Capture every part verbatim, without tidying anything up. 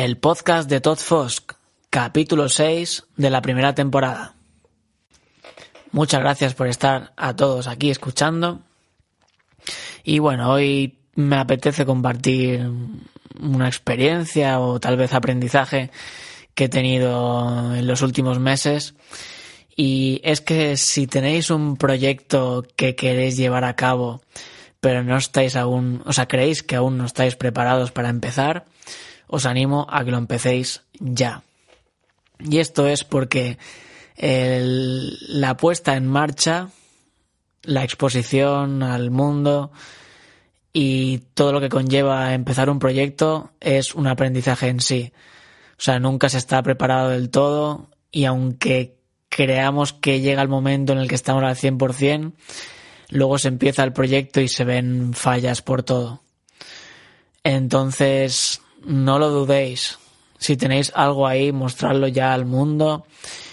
el podcast de Todd Fosk, capítulo seis de la primera temporada. Muchas gracias por estar a todos aquí escuchando. Y bueno, hoy me apetece compartir una experiencia o tal vez aprendizaje que he tenido en los últimos meses. Y es que si tenéis un proyecto que queréis llevar a cabo, pero no estáis aún, o sea, creéis que aún no estáis preparados para empezar, os animo a que lo empecéis ya. Y esto es porque el, la puesta en marcha, la exposición al mundo y todo lo que conlleva empezar un proyecto es un aprendizaje en sí. O sea, nunca se está preparado del todo y aunque creamos que llega el momento en el que estamos al cien por ciento, luego se empieza el proyecto y se ven fallas por todo. Entonces, no lo dudéis. Si tenéis algo ahí, mostrarlo ya al mundo.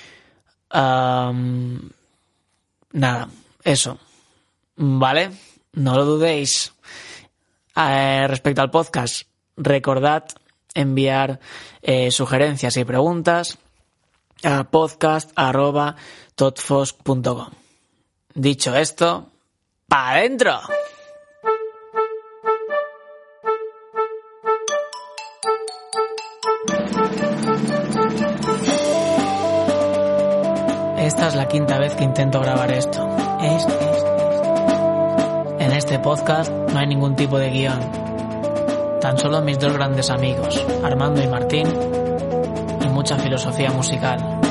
Um, nada, eso. ¿Vale? No lo dudéis. Eh, respecto al podcast, recordad enviar eh, sugerencias y preguntas a podcast arroba todfosk punto com. Dicho esto, ¡pa' adentro! Esta es la quinta vez que intento grabar esto. Esto, esto, esto. En este podcast no hay ningún tipo de guión. Tan solo mis dos grandes amigos, Armando y Martín, y mucha filosofía musical.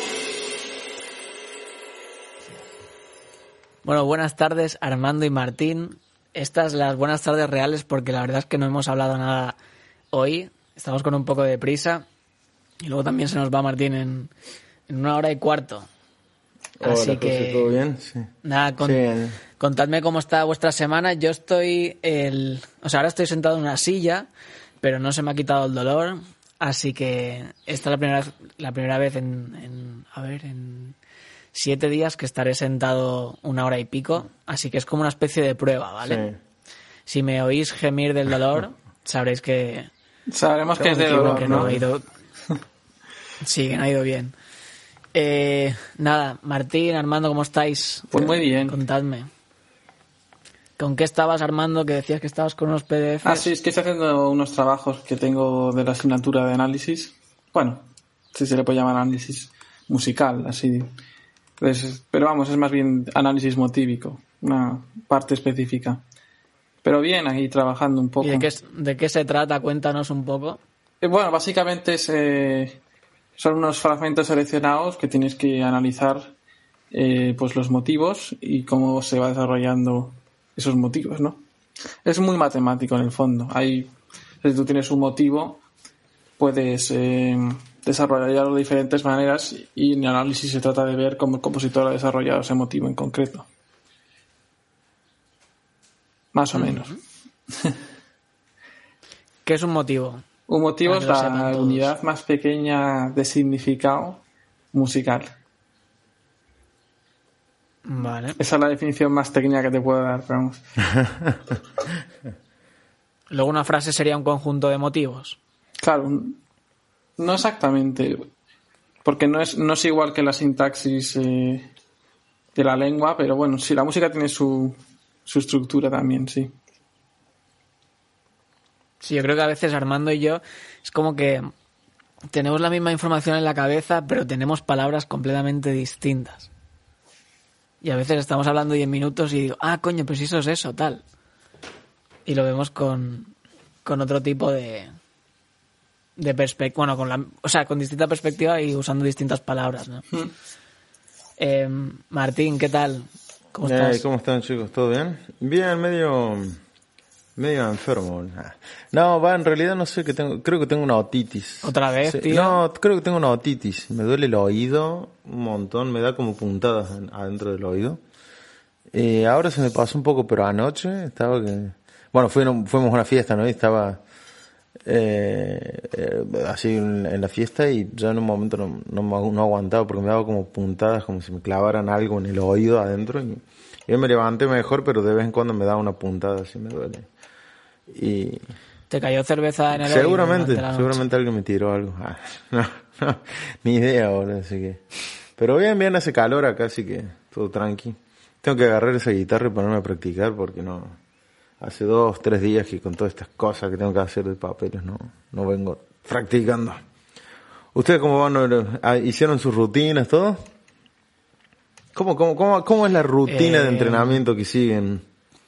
Bueno, buenas tardes, Armando y Martín. Estas las buenas tardes reales porque la verdad es que no hemos hablado nada hoy. Estamos con un poco de prisa. Y luego también se nos va Martín en, en una hora y cuarto. Hola, Así José, que, ¿todo bien? Sí. Nada, con, sí, eh. contadme cómo está vuestra semana. Yo estoy, el, o sea, ahora estoy sentado en una silla, pero no se me ha quitado el dolor. Así que esta es la primera, la primera vez en, en, a ver, en siete días que estaré sentado una hora y pico. Así que es como una especie de prueba, ¿vale? Sí. Si me oís gemir del dolor, sabréis que... Sabremos que es de dolor, que ¿no? no ha ido... Sí, que no ha ido bien. Eh, nada, Martín, Armando, ¿cómo estáis? Pues muy bien. Contadme. ¿Con qué estabas, Armando? Que decías que estabas con unos P D Fs. Ah, sí, es que estoy haciendo unos trabajos que tengo de la asignatura de análisis. Bueno, si se le puede llamar análisis musical, así. Pues, pero vamos, es más bien análisis motívico, una parte específica. Pero bien, ahí trabajando un poco. ¿Y de qué, de qué se trata? Cuéntanos un poco. Eh, bueno, básicamente es... Eh, Son unos fragmentos seleccionados que tienes que analizar eh, pues los motivos y cómo se va desarrollando esos motivos, ¿no? Es muy matemático en el fondo. Hay, si tú tienes un motivo, puedes eh, desarrollarlo de diferentes maneras y en el análisis se trata de ver cómo el compositor ha desarrollado ese motivo en concreto. Más o mm-hmm. menos. ¿Qué es un motivo? Un motivo es la unidad más pequeña de significado musical. Vale. Esa es la definición más técnica que te puedo dar, pero vamos. Luego una frase sería un conjunto de motivos. Claro, no exactamente, porque no es no es igual que la sintaxis eh, de la lengua, pero bueno, sí, la música tiene su, su estructura también, sí. Sí, yo creo que a veces Armando y yo es como que tenemos la misma información en la cabeza, pero tenemos palabras completamente distintas. Y a veces estamos hablando diez minutos y digo, ah, coño, pues eso es eso, tal. Y lo vemos con, con otro tipo de, de perspectiva, bueno, con la, o sea, con distinta perspectiva y usando distintas palabras, ¿no? Mm. Eh, Martín, ¿qué tal? ¿Cómo estás? Hey, ¿cómo están, chicos? ¿Todo bien? Bien, medio... medio enfermo. No, va, en realidad no sé, que tengo, creo que tengo una otitis. ¿Otra vez, sí, tío? No, creo que tengo una otitis. Me duele el oído un montón, me da como puntadas adentro del oído. Eh, ahora se me pasó un poco, pero anoche estaba que... Bueno, fuimos, fuimos a una fiesta, ¿no? Y estaba eh, eh, así en, en la fiesta y yo en un momento no, no, no aguantaba porque me daba como puntadas, como si me clavaran algo en el oído adentro. Y yo me levanté mejor, pero de vez en cuando me daba una puntada, así me duele. Y ¿Te cayó cerveza en el Seguramente, oído? seguramente alguien me tiró algo. Ah, no, no, ni idea, boludo, así que... Pero bien, bien, hace calor acá, así que todo tranqui. Tengo que agarrar esa guitarra y ponerme a practicar porque no... Hace dos, tres días que con todas estas cosas que tengo que hacer de papeles no, no vengo practicando. ¿Ustedes cómo van? ¿Hicieron sus rutinas, todo? ¿Cómo, cómo, cómo, cómo es la rutina eh... de entrenamiento que siguen?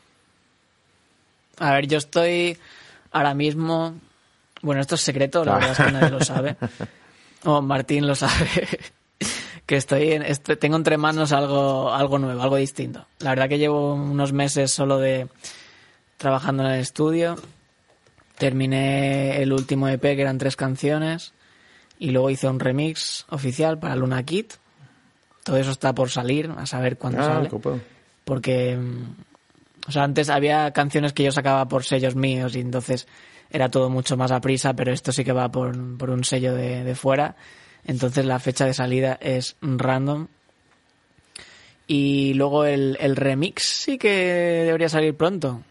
A ver, yo estoy ahora mismo... Bueno, esto es secreto, la verdad es que nadie lo sabe. O Martín lo sabe. Que estoy, en, estoy tengo entre manos algo, algo nuevo, algo distinto. La verdad que llevo unos meses solo de trabajando en el estudio. Terminé el último E P, que eran tres canciones, y luego hice un remix oficial para Luna Kid. Todo eso está por salir, a saber cuándo ah, sale. Copado. Porque, o sea, antes había canciones que yo sacaba por sellos míos y entonces era todo mucho más a prisa, pero esto sí que va por, por un sello de, de fuera. Entonces la fecha de salida es random. Y luego el, el remix sí que debería salir pronto.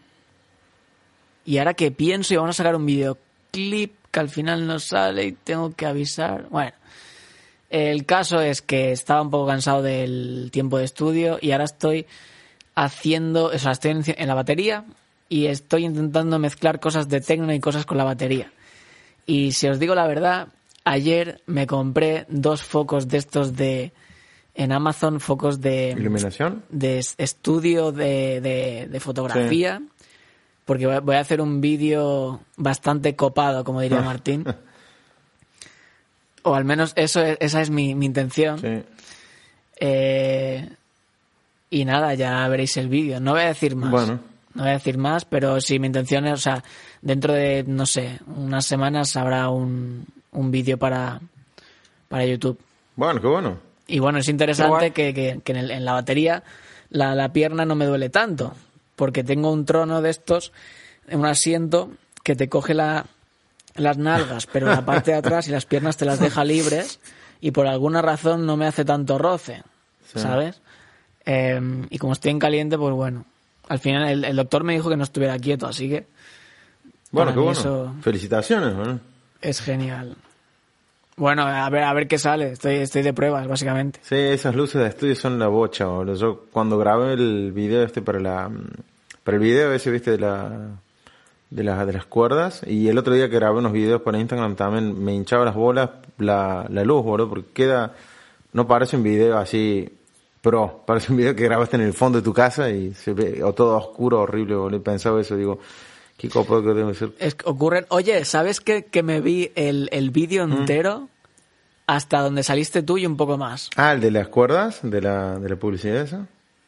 Y ahora que pienso, y vamos a sacar un videoclip que al final no sale y tengo que avisar. Bueno, el caso es que estaba un poco cansado del tiempo de estudio y ahora estoy haciendo, o sea, estoy en, en la batería y estoy intentando mezclar cosas de techno y cosas con la batería. Y si os digo la verdad, ayer me compré dos focos de estos de en Amazon, focos de iluminación, de estudio de, de, de fotografía, sí. Porque voy a hacer un vídeo bastante copado, como diría Martín. O al menos eso es, esa es mi, mi intención. Sí. Eh, y nada, ya veréis el vídeo. No voy a decir más. Bueno. No voy a decir más, pero sí, mi intención es, o sea, dentro de, no sé, unas semanas habrá un, un vídeo para, para YouTube. Bueno, qué bueno. Y bueno, es interesante que, que, que en, el, en la batería la, la pierna no me duele tanto, porque tengo un trono de estos, un asiento que te coge la, las nalgas, pero la parte de atrás y las piernas te las deja libres y por alguna razón no me hace tanto roce, sí. ¿Sabes? Eh, y como estoy en caliente, pues bueno. Al final el, el doctor me dijo que no estuviera quieto, así que... Bueno, qué bueno. Eso felicitaciones, ¿no? Es genial. Bueno, a ver a ver qué sale. Estoy estoy de pruebas, básicamente. Sí, esas luces de estudio son la bocha, boludo. Yo cuando grabé el video este para la... Para el video ese, viste, de la... De las, de las cuerdas. Y el otro día que grabé unos videos para Instagram también me hinchaba las bolas la, la luz, boludo. Porque queda... No parece un video así... Pro, parece un video que grabaste en el fondo de tu casa y se ve o todo oscuro, horrible, boludo. Pensaba eso, digo, qué copo que debe ser. Es que ocurren, oye, ¿sabes qué? Que me vi el, el vídeo entero ¿Mm? hasta donde saliste tú y un poco más. Ah, el de las cuerdas, de la, de la publicidad esa.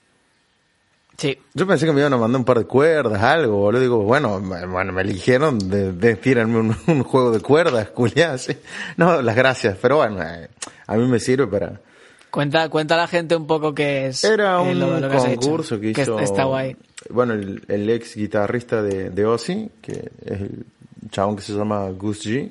Sí. Yo pensé que me iban a mandar un par de cuerdas, algo, boludo. Digo, bueno, bueno, me eligieron de, de tirarme un, un juego de cuerdas, culiá, sí. No, las gracias, pero bueno, a mí me sirve para... Cuenta, cuenta a la gente un poco qué es. Era un eh, lo, lo que concurso que hizo. Que está guay. Bueno, el, el ex guitarrista de, de Ozzy, que es el chabón que se llama Gus G.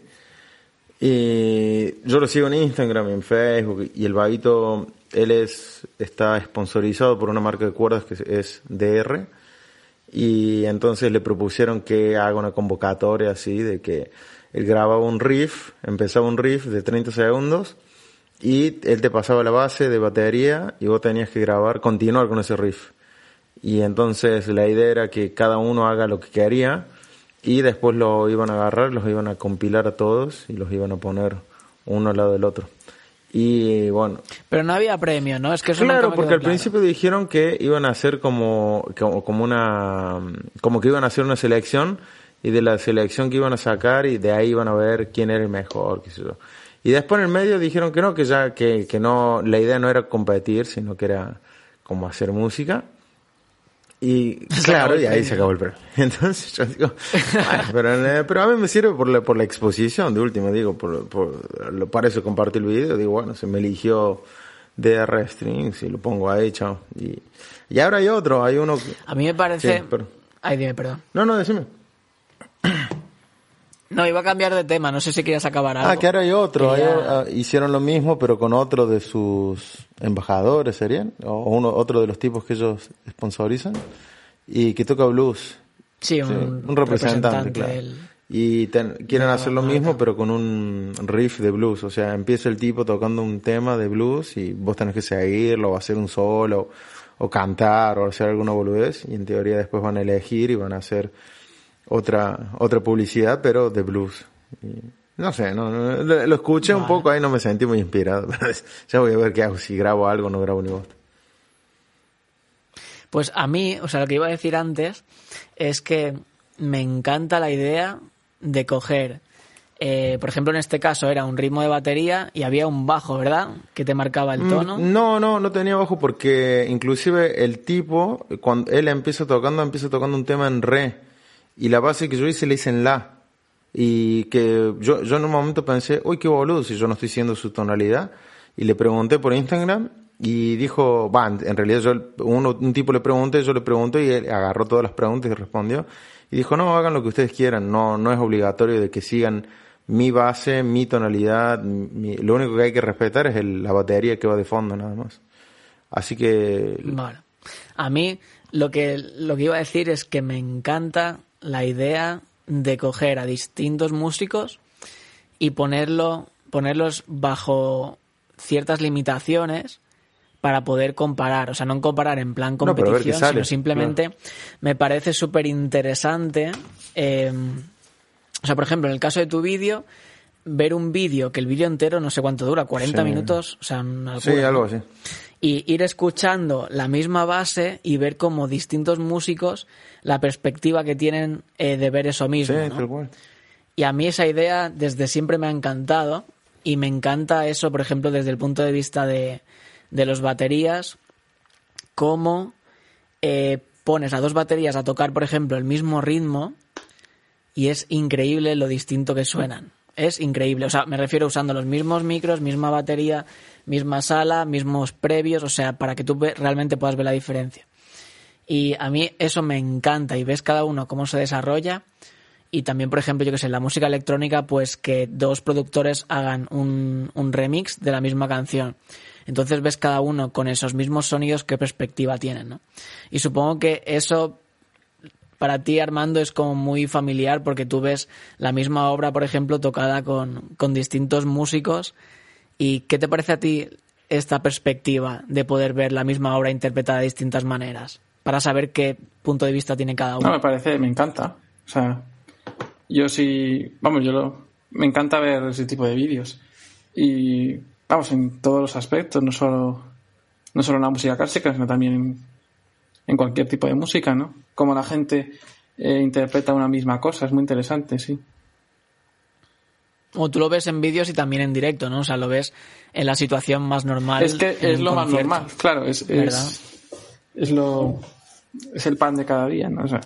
Y yo lo sigo en Instagram, en Facebook, y el vaguito, él es, está sponsorizado por una marca de cuerdas que es D R. Y entonces le propusieron que haga una convocatoria así, de que él grababa un riff, empezaba un riff de treinta segundos. Y él te pasaba la base de batería y vos tenías que grabar, continuar con ese riff. Y entonces la idea era que cada uno haga lo que quería y después lo iban a agarrar, los iban a compilar a todos y los iban a poner uno al lado del otro. Y bueno. Pero no había premio, ¿no? Es que eso claro, nunca me porque quedó al claro. principio dijeron que iban a hacer como, como, como una, como que iban a hacer una selección y de la selección que iban a sacar y de ahí iban a ver quién era el mejor, qué sé yo. Y después en el medio dijeron que no, que ya, que, que no, la idea no era competir, sino que era como hacer música. Y claro, y ahí se acabó el premio. Entonces yo digo, bueno, pero, pero a mí me sirve por la, por la exposición, de último, digo, por, por, para eso compartí el video, digo, bueno, se me eligió D R Strings y lo pongo ahí, chao. Y, y ahora hay otro, hay uno que... A mí me parece... Sí, pero... Ay, dime, perdón. No, no, decime. No, iba a cambiar de tema, no sé si querías acabar algo. Ah, que ahora hay otro, ya... ahí, uh, hicieron lo mismo pero con otro de sus embajadores, ¿serían? O uno, otro de los tipos que ellos sponsorizan y que toca blues. Sí, un, sí, un representante, representante claro. del... y ten, quieren No, hacer lo no, mismo no. pero con un riff de blues, o sea, empieza el tipo tocando un tema de blues y vos tenés que seguirlo o hacer un solo o cantar o hacer alguna boludez y en teoría después van a elegir y van a hacer otra otra publicidad pero de blues. Y, no sé, no, no, lo, lo escuché Vale. un poco ahí, no me sentí muy inspirado, pero ya voy a ver qué hago, si grabo algo o no grabo ni voz. Pues a mí, o sea, lo que iba a decir antes es que me encanta la idea de coger, eh, por ejemplo, en este caso era un ritmo de batería y había un bajo, ¿verdad? Que te marcaba el tono. Mm, No, no, no tenía bajo porque inclusive el tipo, cuando él empieza tocando, empieza tocando un tema en re y la base que yo hice la hice en la. Y que yo, yo en un momento pensé, uy, qué boludo, si yo no estoy siendo su tonalidad. Y le pregunté por Instagram y dijo, va, en realidad yo, uno, un tipo le pregunté, yo le pregunté y él agarró todas las preguntas y respondió. Y dijo, no, hagan lo que ustedes quieran, no, no es obligatorio de que sigan mi base, mi tonalidad, mi, lo único que hay que respetar es el, la batería que va de fondo nada más. Así que... Vale. A mí lo que, lo que iba a decir es que me encanta la idea de coger a distintos músicos y ponerlo, ponerlos bajo ciertas limitaciones para poder comparar, o sea, no comparar en plan No, pero a ver qué competición, sale, sino simplemente claro. me parece súper interesante. Eh, o sea, por ejemplo, en el caso de tu vídeo, ver un vídeo, que el vídeo entero no sé cuánto dura, cuarenta Sí. minutos, o sea, una Sí, locura, algo ¿no? así. Y ir escuchando la misma base y ver como distintos músicos la perspectiva que tienen eh, de ver eso mismo, Sí, ¿no? tal cual. Y a mí esa idea desde siempre me ha encantado y me encanta eso, por ejemplo, desde el punto de vista de, de los baterías, cómo eh, pones a dos baterías a tocar, por ejemplo, el mismo ritmo y es increíble lo distinto que suenan. Es increíble, o sea, me refiero usando los mismos micros, misma batería, misma sala, mismos previos, o sea, para que tú ve- realmente puedas ver la diferencia. Y a mí eso me encanta y ves cada uno cómo se desarrolla y también, por ejemplo, yo que sé, en la música electrónica, pues que dos productores hagan un, un remix de la misma canción. Entonces ves cada uno con esos mismos sonidos qué perspectiva tienen, ¿no? Y supongo que eso para ti, Armando, es como muy familiar porque tú ves la misma obra, por ejemplo, tocada con, con distintos músicos. ¿Y qué te parece a ti esta perspectiva de poder ver la misma obra interpretada de distintas maneras? Para saber qué punto de vista tiene cada uno. No, me parece, me encanta. O sea, yo sí, vamos, yo lo, me encanta ver ese tipo de vídeos. Y, vamos, en todos los aspectos, no solo, no solo en la música clásica, sino también en, en cualquier tipo de música, ¿no? Como la gente eh, interpreta una misma cosa, es muy interesante, sí. O tú lo ves en vídeos y también en directo, ¿no? O sea, lo ves en la situación más normal. Es que en es un lo más concierto. normal, claro, es, ¿Verdad? es, es lo, es el pan de cada día, ¿no? O sea,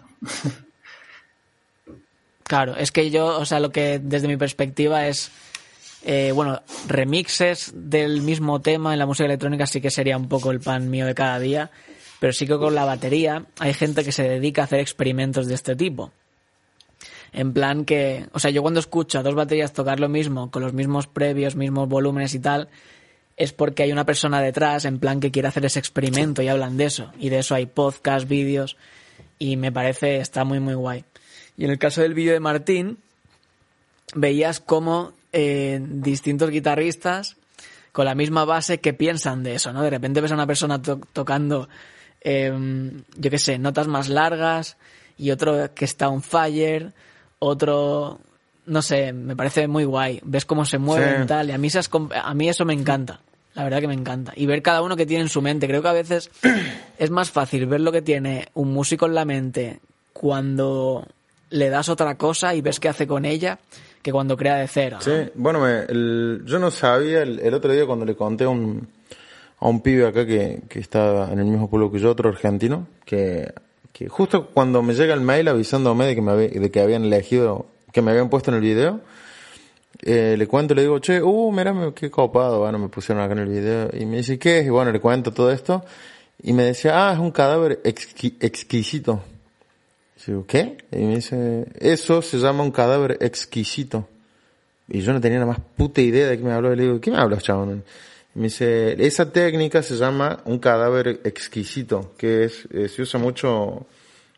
Claro, es que yo, o sea, lo que desde mi perspectiva es, eh, bueno, remixes del mismo tema en la música electrónica sí que sería un poco el pan mío de cada día, pero sí que con la batería hay gente que se dedica a hacer experimentos de este tipo. En plan que, o sea, yo cuando escucho a dos baterías tocar lo mismo, con los mismos previos, mismos volúmenes y tal, es porque hay una persona detrás, en plan que quiere hacer ese experimento y hablan de eso. Y de eso hay podcasts, vídeos, y me parece, está muy, muy guay. Y en el caso del vídeo de Martín, veías cómo eh, distintos guitarristas con la misma base que piensan de eso, ¿no? De repente ves a una persona to- tocando, eh, yo qué sé, notas más largas y otro que está on fire, otro, no sé, me parece muy guay. Ves cómo se mueven y Sí. tal, y a mí, esas, comp- a mí eso me encanta. La verdad que me encanta. Y ver cada uno que tiene en su mente. Creo que a veces es más fácil ver lo que tiene un músico en la mente cuando le das otra cosa y ves qué hace con ella que cuando crea de cero, ¿no? Sí, bueno, me, el, yo no sabía el, el otro día cuando le conté a un, a un pibe acá que, que está en el mismo pueblo que yo, otro argentino, que, que justo cuando me llega el mail avisándome de que me había, de que habían elegido, que me habían puesto en el video, eh, le cuento, le digo, che, uh, mira, qué copado, bueno, me pusieron acá en el video, y me dice, ¿qué es? Y bueno, le cuento todo esto, y me decía, ah, es un cadáver exqui- exquisito. Y digo, ¿qué? Y me dice, eso se llama un cadáver exquisito. Y yo no tenía la más puta idea de qué me habló. Y le digo, ¿qué me hablas, chabón? Y me dice, esa técnica se llama un cadáver exquisito, que es, eh, se usa mucho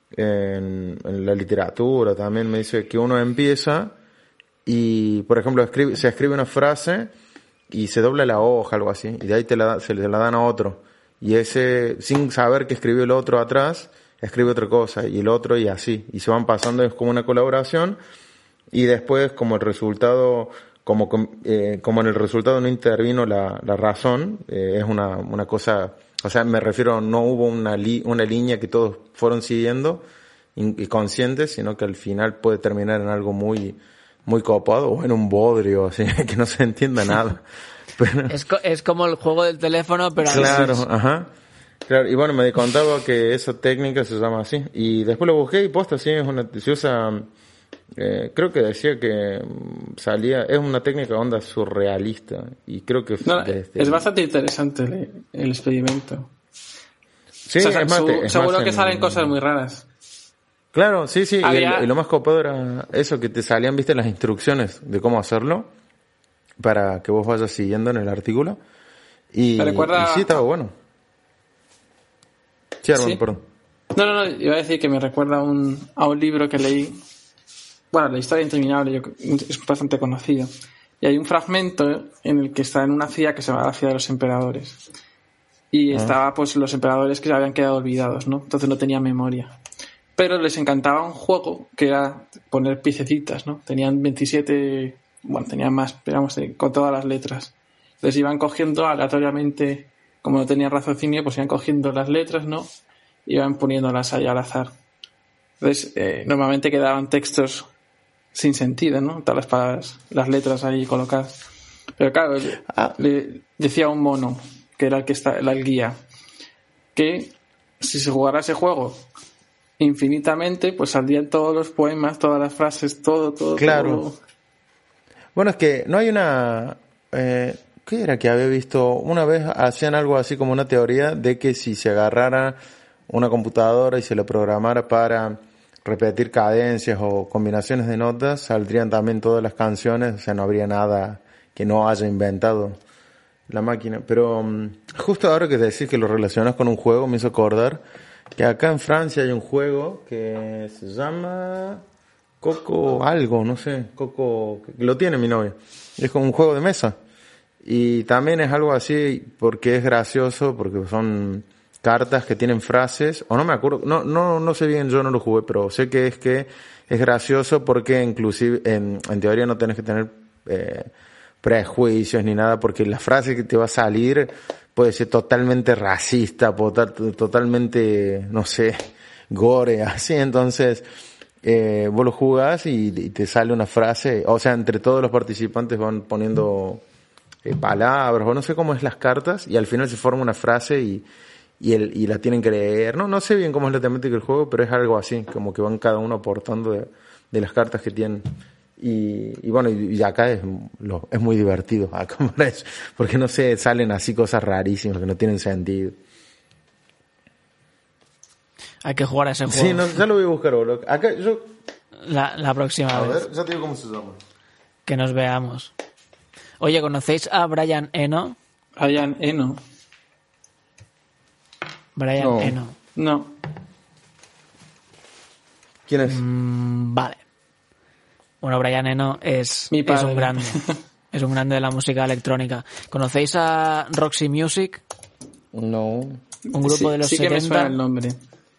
en, en la literatura también me dice que uno empieza y, por ejemplo, escribe, se escribe una frase y se dobla la hoja, algo así, y de ahí te la, se le la dan a otro. Y ese, sin saber que escribió el otro atrás, escribe otra cosa, y el otro, y así. Y se van pasando, es como una colaboración, y después, como el resultado, como, eh, como en el resultado no intervino la, la razón, eh, es una, una cosa, o sea, me refiero, no hubo una, li, una línea que todos fueron siguiendo, y conscientes, sino que al final puede terminar en algo muy, muy copado, o en un bodrio, así, que no se entienda nada. Pero, es, co- es como el juego del teléfono, pero... claro, veces... ajá. Claro, y bueno, me contaba que esa técnica se llama así. Y después lo busqué y posta, sí, es una, se usa, eh, creo que decía que salía, es una técnica onda surrealista. Y creo que... No, desde, es bastante interesante el, el experimento. sí, o sea, es más, su, es seguro más que en, salen cosas muy raras. Claro, sí, sí, Había... y, el, y lo más copado era eso, que te salían, viste, las instrucciones de cómo hacerlo, para que vos vayas siguiendo en el artículo. Y, recuerda... y sí, estaba bueno. Sí, hermano, ¿Sí? perdón. No, no, no, iba a decir que me recuerda a un, a un libro que leí. Bueno, la historia interminable yo, es bastante conocido. Y hay un fragmento en el que está en una ciudad que se llama la ciudad de los emperadores. Y ah. estaba, pues, los emperadores que se habían quedado olvidados, ¿no? Entonces no tenían memoria. Pero les encantaba un juego que era poner piececitas, ¿no? Tenían veintisiete, bueno, tenían más, pero vamos, con todas las letras. Entonces iban cogiendo aleatoriamente, como no tenían raciocinio, pues iban cogiendo las letras, ¿no? Iban poniéndolas ahí al azar. Entonces, eh, normalmente quedaban textos sin sentido, ¿no? Todas las palabras, las letras ahí colocadas. Pero claro, ah. le decía un mono, que era el que está, el guía, que si se jugara ese juego infinitamente, pues saldrían todos los poemas, todas las frases, todo, todo. Claro. Todo. Bueno, es que no hay una... Eh, ¿Qué era que había visto? Una vez hacían algo así como una teoría de que si se agarrara una computadora y se lo programara para repetir cadencias o combinaciones de notas, saldrían también todas las canciones, o sea, no habría nada que no haya inventado la máquina. Pero um, justo ahora que decís que lo relacionas con un juego, me hizo acordar que acá en Francia hay un juego que se llama Coco algo, no sé, Coco, lo tiene mi novia. Es como un juego de mesa. Y también es algo así porque es gracioso, porque son cartas que tienen frases, o no me acuerdo, no no no sé bien, yo no lo jugué, pero sé que es que es gracioso porque inclusive en, en teoría no tenés que tener eh, prejuicios ni nada, porque la frase que te va a salir puede ser totalmente racista, totalmente, no sé, gore, así. Entonces eh, vos lo jugás y, y te sale una frase, o sea, entre todos los participantes van poniendo eh, palabras, o no sé cómo es las cartas, y al final se forma una frase y y el y la tienen que leer. No no sé bien cómo es la temática del juego, pero es algo así, como que van cada uno aportando de, de las cartas que tienen. Y, y bueno, y, y acá es, lo, es muy divertido acá, porque no sé, salen así cosas rarísimas que no tienen sentido. Hay que jugar a ese juego. Sí, no, ya lo voy a buscar, boludo. Acá yo... La, la próxima a vez. A ver, ya te digo cómo se llama. Que nos veamos. Oye, ¿conocéis a Brian Eno? Brian Eno. Brian no. Eno. No. ¿Quién es? Mm, vale. Bueno, Brian Eno es, Mi es un grande. Es un grande de la música electrónica. ¿Conocéis a Roxy Music? No. Un grupo sí, de los sí setenta. Que me suena el nombre.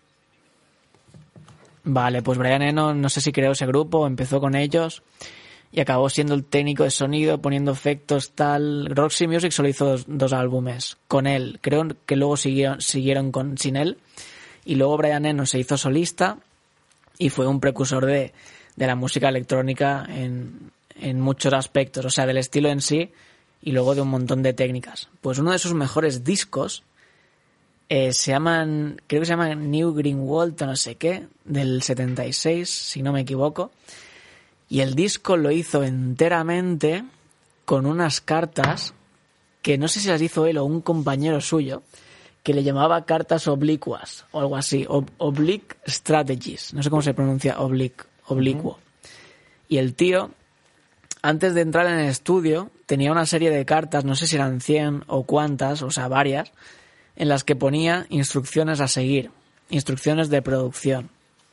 Vale, pues Brian Eno, no sé si creó ese grupo, empezó con ellos y acabó siendo el técnico de sonido, poniendo efectos, tal. Roxy Music solo hizo dos, dos álbumes con él. Creo que luego siguieron, siguieron con, sin él. Y luego Brian Eno se hizo solista y fue un precursor de, de la música electrónica en, en muchos aspectos, o sea, del estilo en sí y luego de un montón de técnicas. Pues uno de sus mejores discos eh, se llaman, creo que se llama New Greenwald o no sé qué, del setenta y seis, si no me equivoco. Y el disco lo hizo enteramente con unas cartas que no sé si las hizo él o un compañero suyo, que le llamaba cartas oblicuas o algo así, Ob- oblique strategies, no sé cómo se pronuncia oblique, oblicuo. Uh-huh. Y el tío, antes de entrar en el estudio, tenía una serie de cartas, no sé si eran cien o cuántas, o sea, varias, en las que ponía instrucciones a seguir, instrucciones de producción.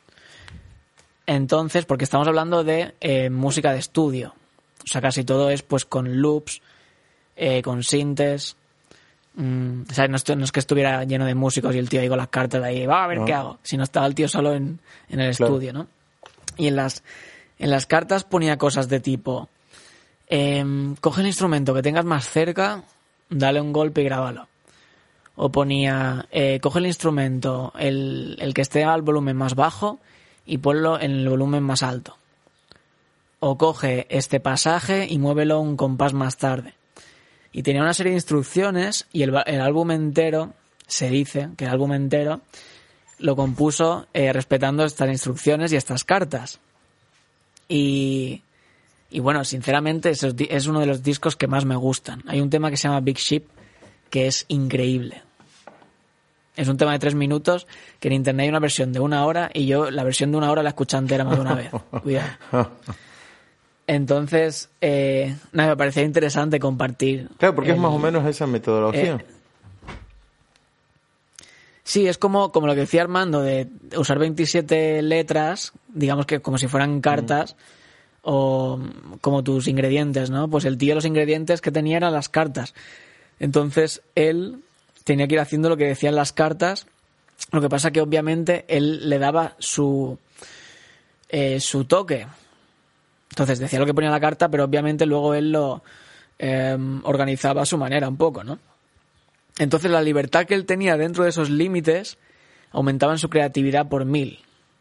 Entonces, porque estamos hablando de eh, música de estudio. O sea, casi todo es pues con loops, eh, con sintes. Mm, o sea, no, estu- no es que estuviera lleno de músicos y el tío ahí con las cartas de ahí, va a ver no. qué hago. Sino estaba el tío solo en, en el claro. estudio, ¿no? Y en las, en las cartas ponía cosas de tipo, eh, coge el instrumento que tengas más cerca, dale un golpe y grábalo. O ponía, eh, coge el instrumento, el, el que esté al volumen más bajo y ponlo en el volumen más alto. O coge este pasaje y muévelo un compás más tarde. Y tenía una serie de instrucciones y el, el álbum entero, se dice que el álbum entero lo compuso eh, respetando estas instrucciones y estas cartas. Y, y bueno, sinceramente es, es uno de los discos que más me gustan. Hay un tema que se llama Big Ship que es increíble. Es un tema de tres minutos que en internet hay una versión de una hora y yo la versión de una hora la escuché entera más de una vez. Cuidado. Entonces, eh, nada, me parecía interesante compartir. Claro, porque el, es más o menos esa metodología. Eh, sí, es como, como lo que decía Armando, de usar veintisiete letras, digamos que como si fueran cartas, mm. o como tus ingredientes, ¿no? Pues el tío los ingredientes que tenía eran las cartas. Entonces, él tenía que ir haciendo lo que decían las cartas. Lo que pasa que obviamente él le daba su eh, su toque. Entonces decía lo que ponía la carta, pero obviamente luego él lo eh, organizaba a su manera un poco, ¿no? Entonces la libertad que él tenía dentro de esos límites aumentaba en su creatividad por mil.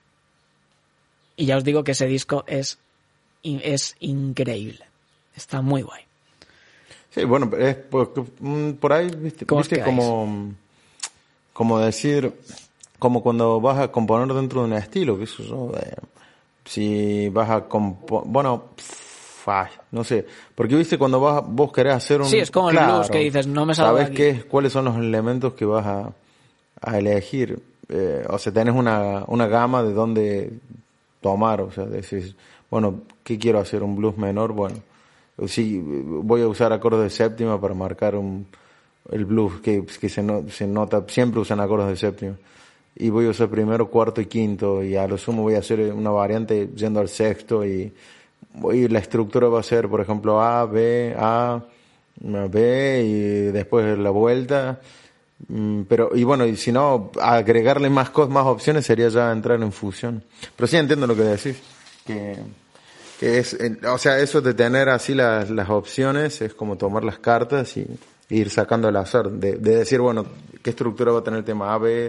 Y ya os digo que ese disco es, es increíble. Está muy guay. Sí, bueno, es por, por ahí, viste, viste como, como decir, como cuando vas a componer dentro de un estilo, que eso yo, eh, si vas a componer, bueno, pff, ay, no sé, porque viste cuando vas, vos querés hacer un... Sí, es como claro, el blues que dices, no me salgo ¿sabes qué, cuáles son los elementos que vas a, a elegir? Eh, o sea, tenés una, una gama de dónde tomar, o sea, decís, bueno, ¿qué quiero hacer? ¿Un blues menor? Bueno, sí, voy a usar acordes de séptima para marcar un, el blues que, que se, no, se nota, siempre usan acordes de séptima. Y voy a usar primero, cuarto y quinto, y a lo sumo voy a hacer una variante yendo al sexto, y, y la estructura va a ser, por ejemplo, A, B, A, B, y después la vuelta. Pero, y bueno, y si no, agregarle más cosas, más opciones sería ya entrar en fusión. Pero sí entiendo lo que decís, que... que es, o sea, eso de tener así las, las opciones es como tomar las cartas y, y ir sacando al azar, de, de decir, bueno, qué estructura va a tener el tema A, B,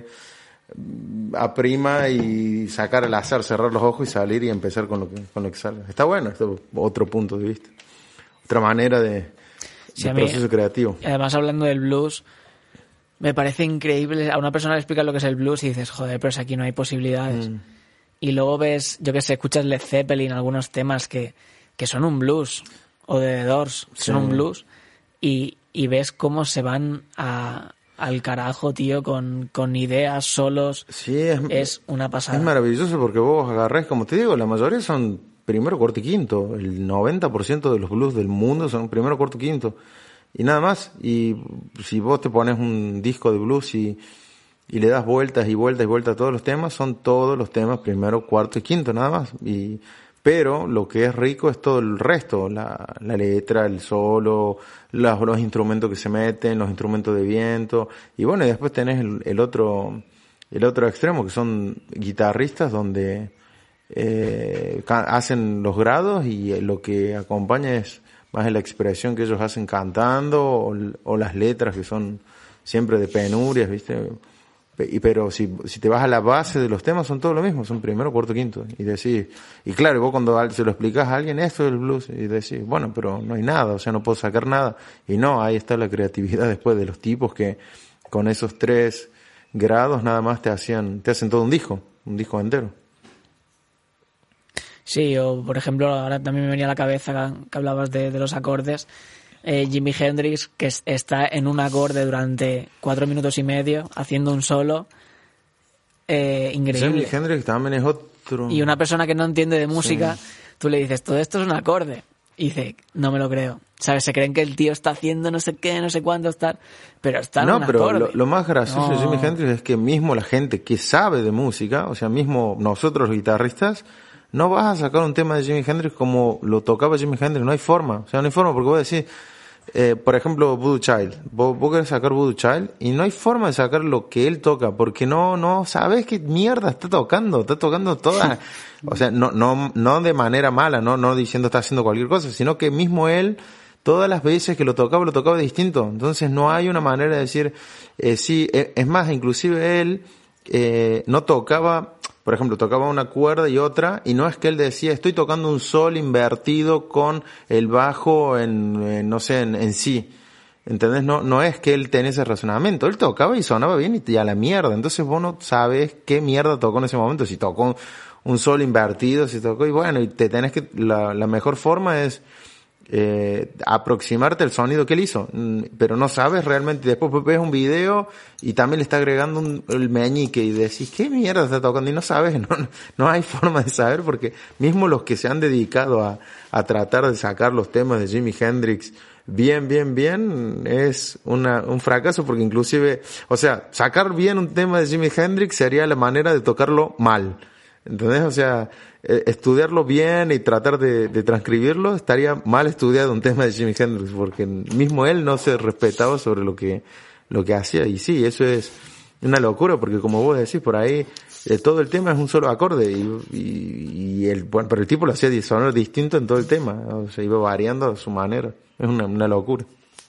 A prima, y sacar al azar, cerrar los ojos y salir y empezar con lo que, con lo que salga. Está bueno, esto es otro punto de vista, otra manera de, sí, de proceso mí, creativo. Además, hablando del blues, me parece increíble, a una persona le explicas lo que es el blues y dices, joder, pero si aquí no hay posibilidades. Mm. Y luego ves, yo que sé, escuchas Led Zeppelin, algunos temas que, que son un blues, o de The Doors, que sí. son un blues, y, y ves cómo se van a, al carajo, tío, con, con ideas, solos. Sí, es, es una pasada. Es maravilloso porque vos agarrás, como te digo, la mayoría son primero, cuarto y quinto. El noventa por ciento de los blues del mundo son primero, cuarto y quinto. Y nada más. Y si vos te pones un disco de blues y... y le das vueltas y vueltas y vueltas a todos los temas, son todos los temas primero, cuarto y quinto, nada más. Y, pero lo que es rico es todo el resto, la, la letra, el solo, los, los instrumentos que se meten, los instrumentos de viento, y bueno, y después tenés el, el otro, el otro extremo, que son guitarristas donde eh, hacen los grados y lo que acompaña es más la expresión que ellos hacen cantando, o, o las letras que son siempre de penurias, ¿viste? Y pero si, si te vas a la base de los temas, son todos lo mismo, son primero, cuarto, quinto. Y decís, y claro, vos cuando se lo explicás a alguien, esto es el blues, y decís, bueno, pero no hay nada, o sea, no puedo sacar nada. Y no, ahí está la creatividad después de los tipos que con esos tres grados nada más te hacían, te hacen todo un disco, un disco entero. Sí, o por ejemplo, ahora también me venía a la cabeza que hablabas de, de los acordes. Eh, Jimi Hendrix, que es, está en un acorde durante cuatro minutos y medio haciendo un solo eh, increíble. Jimi Hendrix también es otro. Y una persona que no entiende de música, sí. Tú le dices, todo esto es un acorde. Y dice, no me lo creo. ¿Sabes? Se creen que el tío está haciendo no sé qué, no sé cuánto está, pero está en no, un pero acorde. Lo, lo más gracioso no. de Jimi Hendrix es que mismo la gente que sabe de música, o sea, mismo nosotros los guitarristas, no vas a sacar un tema de Jimi Hendrix como lo tocaba Jimi Hendrix, no hay forma, o sea, no hay forma, porque vos decís, eh, por ejemplo, Voodoo Child, vos, vos querés sacar Voodoo Child y no hay forma de sacar lo que él toca, porque no, no sabes qué mierda está tocando, está tocando todas, o sea, no, no, no de manera mala, no, no diciendo está haciendo cualquier cosa, sino que mismo él, todas las veces que lo tocaba, lo tocaba distinto, entonces no hay una manera de decir, eh, sí, eh, es más, inclusive él, eh, no tocaba, por ejemplo, tocaba una cuerda y otra, y no es que él decía, estoy tocando un sol invertido con el bajo en, en no sé, en, en sí. ¿Entendés? No, no es que él tenía ese razonamiento. Él tocaba y sonaba bien y a la mierda. Entonces vos no sabes qué mierda tocó en ese momento. Si tocó un, un sol invertido, si tocó, y bueno, y te tenés que, la, la mejor forma es, eh, aproximarte al sonido que él hizo, pero no sabes realmente. Después ves un video y también le está agregando un, el meñique y decís, ¿qué mierda está tocando? Y no sabes, no, no hay forma de saber, porque mismo los que se han dedicado a, a tratar de sacar los temas de Jimi Hendrix bien, bien, bien, es una, un fracaso, porque inclusive, o sea, sacar bien un tema de Jimi Hendrix sería la manera de tocarlo mal. ¿Entendés? O sea, eh, estudiarlo bien y tratar de, de transcribirlo, estaría mal estudiado un tema de Jimi Hendrix, porque mismo él no se respetaba sobre lo que, lo que hacía. Y sí, eso es una locura, porque como vos decís, por ahí, eh, todo el tema es un solo acorde, y, y, y el, bueno, pero el tipo lo hacía sonar distinto en todo el tema, o sea, iba variando a su manera. Es una, una locura.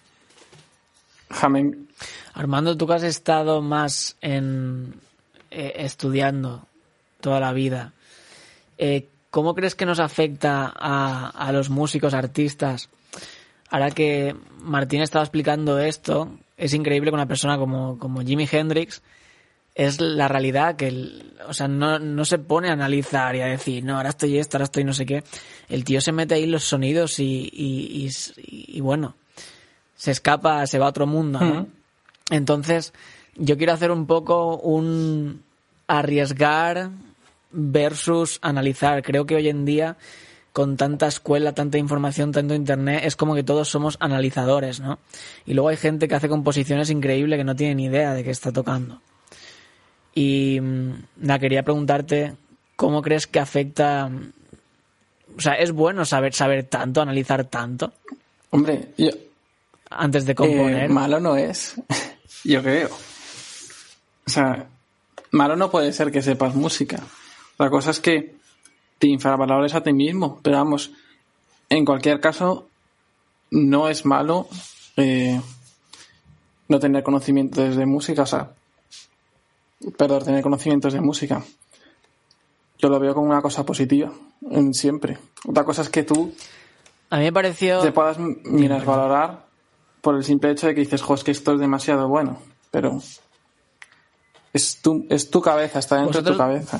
Jamen. Armando, tú que has estado más en, eh, estudiando toda la vida, eh, ¿cómo crees que nos afecta a, a los músicos, artistas? Ahora que Martín estaba explicando esto, es increíble que una persona como, como Jimi Hendrix es la realidad, que el, o sea, no, no se pone a analizar y a decir, no, ahora estoy esto, ahora estoy no sé qué. El tío se mete ahí en los sonidos y, y, y, y bueno, se escapa, se va a otro mundo, ¿no? Uh-huh. Entonces, yo quiero hacer un poco un arriesgar versus analizar. Creo que hoy en día, con tanta escuela, tanta información, tanto internet, es como que todos somos analizadores, ¿no? Y luego hay gente que hace composiciones increíbles que no tiene ni idea de qué está tocando. Y nada, quería preguntarte, ¿cómo crees que afecta? O sea, ¿es bueno saber saber tanto, analizar tanto? Hombre, yo... Antes de componer. Eh, malo no es, yo creo. O sea, malo no puede ser que sepas música. La cosa es que te infravalores a ti mismo. Pero vamos, en cualquier caso, no es malo eh, no tener conocimientos de música, o sea, perdón, tener conocimientos de música. Yo lo veo como una cosa positiva, en siempre. Otra cosa es que tú a mí me pareció te puedas mirar valorar por el simple hecho de que dices, jo, es que esto es demasiado bueno, pero es tu, es tu cabeza, está dentro de tu cabeza.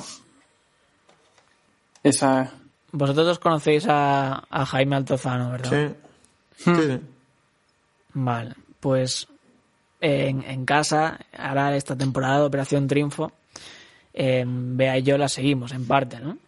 Esa... Vosotros dos conocéis a, a Jaime Altozano, ¿verdad? Sí. Hmm. sí. Vale, pues en, en casa, ahora esta temporada de Operación Triunfo, eh, Bea y yo la seguimos, en parte, ¿no?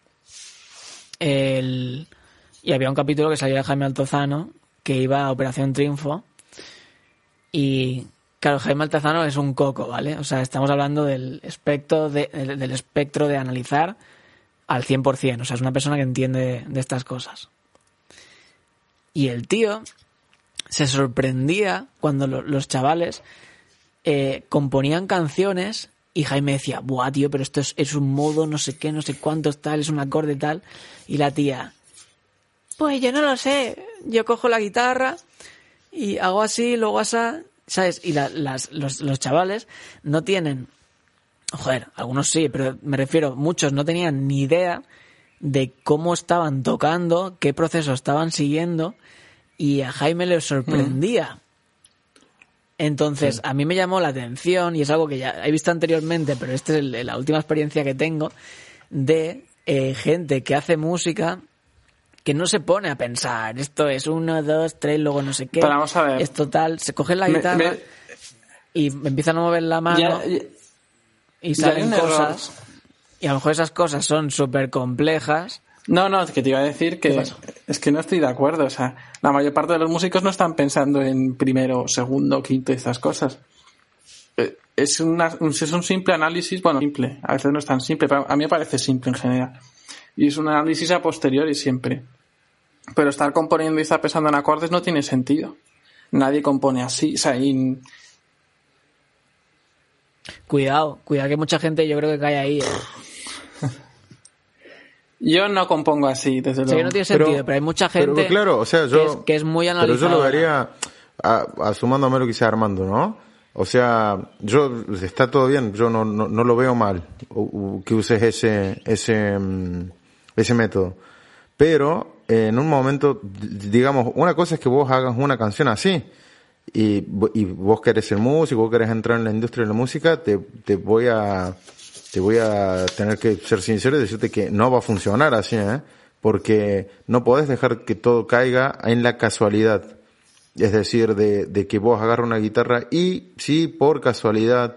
El, y había un capítulo que salía de Jaime Altozano, que iba a Operación Triunfo, y claro, Jaime Altozano es un coco, ¿vale? O sea, estamos hablando del espectro de, del, del espectro de analizar al cien por ciento, o sea, es una persona que entiende de estas cosas. Y el tío se sorprendía cuando lo, los chavales eh, componían canciones y Jaime decía, buah, tío, pero esto es, es un modo, no sé qué, no sé cuántos tal, es un acorde tal. Y la tía, pues yo no lo sé, yo cojo la guitarra y hago así, luego así, ¿sabes? Y la, las, los, los chavales no tienen, joder, algunos sí, pero me refiero, muchos no tenían ni idea de cómo estaban tocando, qué proceso estaban siguiendo, y a Jaime le sorprendía. Mm. Entonces, sí. A mí me llamó la atención, y es algo que ya he visto anteriormente, pero esta es el, la última experiencia que tengo, de eh, gente que hace música que no se pone a pensar, esto es uno, dos, tres, luego no sé qué, pero vamos a ver. Es total, se cogen la guitarra me, me... y empiezan a mover la mano ya, ya, y salen cosas, error. Y a lo mejor esas cosas son súper complejas. No, no, es que te iba a decir que es que no estoy de acuerdo, o sea, la mayor parte de los músicos no están pensando en primero, segundo, quinto y estas cosas. Es, una, es un simple análisis, bueno, simple, a veces no es tan simple, pero a mí me parece simple en general. Y es un análisis a posteriori siempre. Pero estar componiendo y estar pensando en acordes no tiene sentido. Nadie compone así. O sea, y... Cuidado, cuidado que mucha gente yo creo que cae ahí. ¿eh? Yo no compongo así, desde luego. Sí, no tiene sentido, pero, pero hay mucha gente pero, claro, o sea, yo, que, es, que es muy analizada. Pero yo lo vería, a, a, sumándome lo que dice Armando, ¿no? O sea, yo, está todo bien, yo no, no, no lo veo mal u, u, que uses ese, ese, ese método. Pero, eh, en un momento, digamos, una cosa es que vos hagas una canción así, y, y vos querés ser músico, vos querés entrar en la industria de la música, te, te voy a, te voy a tener que ser sincero y decirte que no va a funcionar así, ¿eh? Porque no podés dejar que todo caiga en la casualidad. Es decir, de, de que vos agarras una guitarra y si por casualidad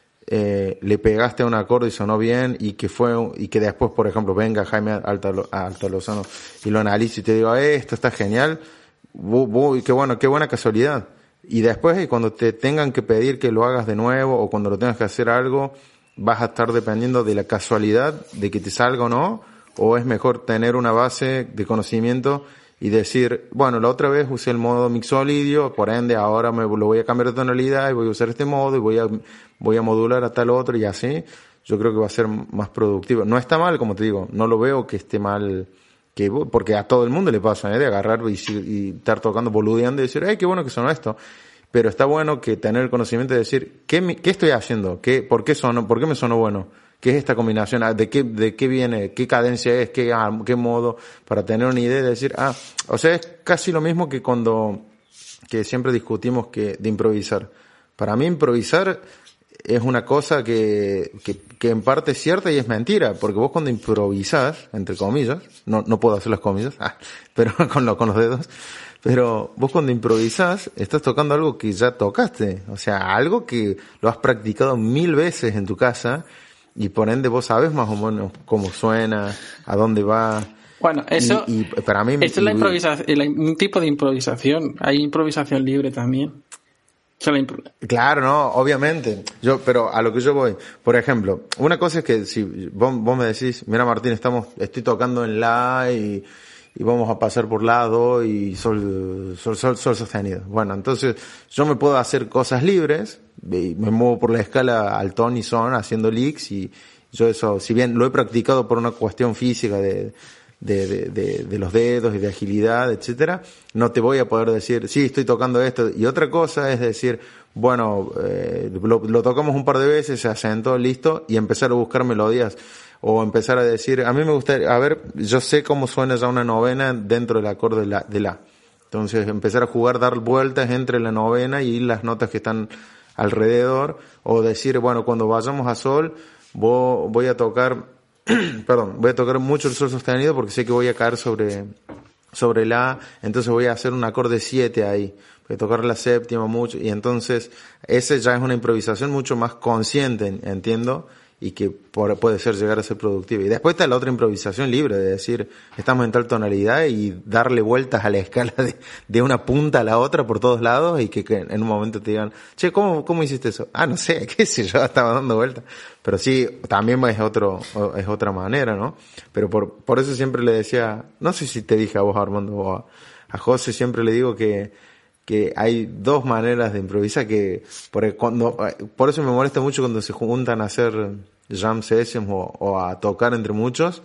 eh, le pegaste a un acorde y sonó bien y que fue y que después, por ejemplo, venga Jaime Alta, Alta Lozano y lo analice y te diga, eh, esto está genial, bu, bu, qué bueno, qué buena casualidad. Y después, y cuando te tengan que pedir que lo hagas de nuevo o cuando lo tengas que hacer algo, vas a estar dependiendo de la casualidad de que te salga o no, o es mejor tener una base de conocimiento y decir, bueno, la otra vez usé el modo mixolidio, por ende ahora me lo voy a cambiar de tonalidad y voy a usar este modo y voy a, voy a modular a tal otro y así, yo creo que va a ser más productivo. No está mal, como te digo, no lo veo que esté mal, que porque a todo el mundo le pasa, ¿eh? De agarrar y, y estar tocando, boludeando y decir, ¡ay, qué bueno que sonó esto! Pero está bueno que tener el conocimiento de decir, ¿qué, qué estoy haciendo? ¿Qué, por qué sonó, por qué me sonó bueno? ¿Qué es esta combinación? ¿De qué, de qué viene? ¿Qué cadencia es? ¿Qué, ah, qué modo? Para tener una idea de decir, ah, o sea, es casi lo mismo que cuando, que siempre discutimos que, de improvisar. Para mí improvisar es una cosa que, que, que en parte es cierta y es mentira, porque vos cuando improvisás, entre comillas, no, no puedo hacer las comillas, ah, pero con, lo, con los dedos, pero vos cuando improvisás estás tocando algo que ya tocaste, o sea, algo que lo has practicado mil veces en tu casa, y por ende vos sabes más o menos cómo suena, a dónde va. Bueno, eso, y, y para mí, esto es la improvisación, un tipo de improvisación. Hay improvisación libre también. O sea, la impro- claro, no, obviamente. Yo, pero a lo que yo voy, por ejemplo, una cosa es que si vos, vos me decís, mira Martín, estamos, estoy tocando en la y, y vamos a pasar por la, do y sol, sol, sol, sol sostenido. Bueno, entonces yo me puedo hacer cosas libres, y me muevo por la escala al ton y son haciendo licks y yo eso, si bien lo he practicado por una cuestión física de, de, de, de, de los dedos y de agilidad, etcétera, no te voy a poder decir, sí, estoy tocando esto. Y otra cosa es decir, bueno, eh, lo, lo tocamos un par de veces, se asentó, listo, y empezar a buscar melodías. O empezar a decir, a mí me gusta, a ver, yo sé cómo suena ya una novena dentro del acorde de la, de la. Entonces empezar a jugar, dar vueltas entre la novena y las notas que están alrededor, o decir, bueno, cuando vayamos a sol, voy, voy a tocar, perdón, voy a tocar mucho el sol sostenido porque sé que voy a caer sobre, sobre la, entonces voy a hacer un acorde siete ahí, voy a tocar la séptima mucho, y entonces ese ya es una improvisación mucho más consciente, entiendo, y que por, puede ser llegar a ser productiva. Y después está la otra improvisación libre, de decir, estamos en tal tonalidad y darle vueltas a la escala de, de una punta a la otra por todos lados y que, que en un momento te digan, che, ¿cómo, cómo hiciste eso? Ah, no sé, qué sé yo, estaba dando vueltas. Pero sí, también es otro, es otra manera, ¿no? Pero por, por eso siempre le decía, no sé si te dije a vos, Armando, o a, a José, siempre le digo que, que hay dos maneras de improvisar que, por, cuando, por eso me molesta mucho cuando se juntan a hacer jam sessions o, o a tocar entre muchos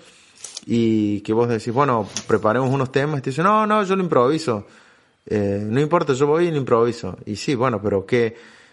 y que vos decís, bueno, preparemos unos temas y te dicen, no, no, yo lo improviso, eh, no importa, yo voy y lo improviso. Y sí, bueno, pero que,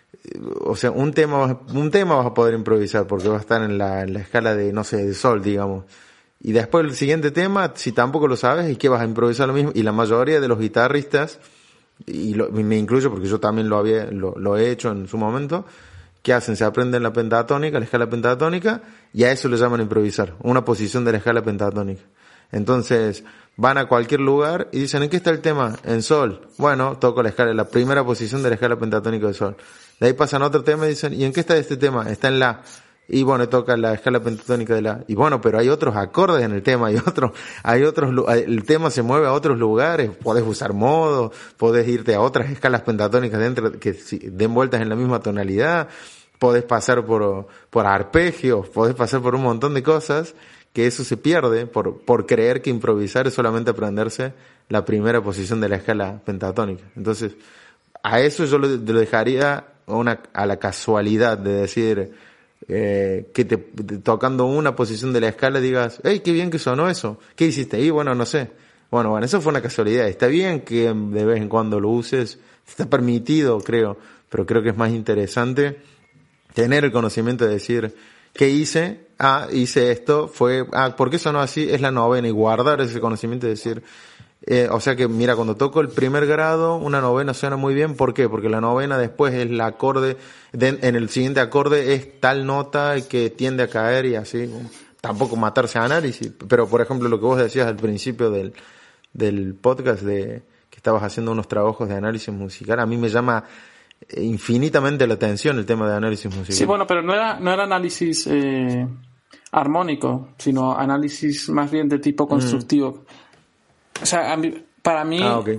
o sea, un tema, un tema vas a poder improvisar porque va a estar en la, en la escala de, no sé, de sol, digamos. Y después el siguiente tema, si tampoco lo sabes, ¿y qué vas a improvisar lo mismo? Y la mayoría de los guitarristas, y lo, me incluyo porque yo también lo había, lo, lo he hecho en su momento, ¿qué hacen? Se aprenden la pentatónica, la escala pentatónica, y a eso le llaman improvisar, una posición de la escala pentatónica. Entonces, van a cualquier lugar y dicen, ¿en qué está el tema? En sol. Bueno, toco la escala, la primera posición de la escala pentatónica de sol. De ahí pasan a otro tema y dicen, ¿y en qué está este tema? Está en la. Y bueno, toca la escala pentatónica de la. Y bueno, pero hay otros acordes en el tema, hay otros, hay otros, el tema se mueve a otros lugares, podés usar modo, podés irte a otras escalas pentatónicas dentro, que den vueltas en la misma tonalidad, podés pasar por, por arpegios, podés pasar por un montón de cosas que eso se pierde por, por creer que improvisar es solamente aprenderse la primera posición de la escala pentatónica. Entonces, a eso yo lo, lo dejaría a, una, a la casualidad de decir eh, que te, te, tocando una posición de la escala digas, hey, qué bien que sonó eso, ¿qué hiciste ahí? Bueno, no sé. Bueno, bueno, eso fue una casualidad. Está bien que de vez en cuando lo uses, está permitido, creo, pero creo que es más interesante tener el conocimiento de decir, ¿qué hice? Ah, hice esto, fue, ah, ¿por qué sonó así? Es la novena, y guardar ese conocimiento y decir, eh, o sea que, mira, cuando toco el primer grado, una novena suena muy bien, ¿por qué? Porque la novena después es el acorde, de, en el siguiente acorde es tal nota que tiende a caer y así, tampoco matarse a análisis, pero por ejemplo lo que vos decías al principio del, del podcast de que estabas haciendo unos trabajos de análisis musical, a mí me llama infinitamente la atención el tema de análisis musical. Sí, bueno, pero no era, no era análisis eh, armónico, sino análisis más bien de tipo constructivo. Mm. O sea, a mí, para mí... Ah, ok.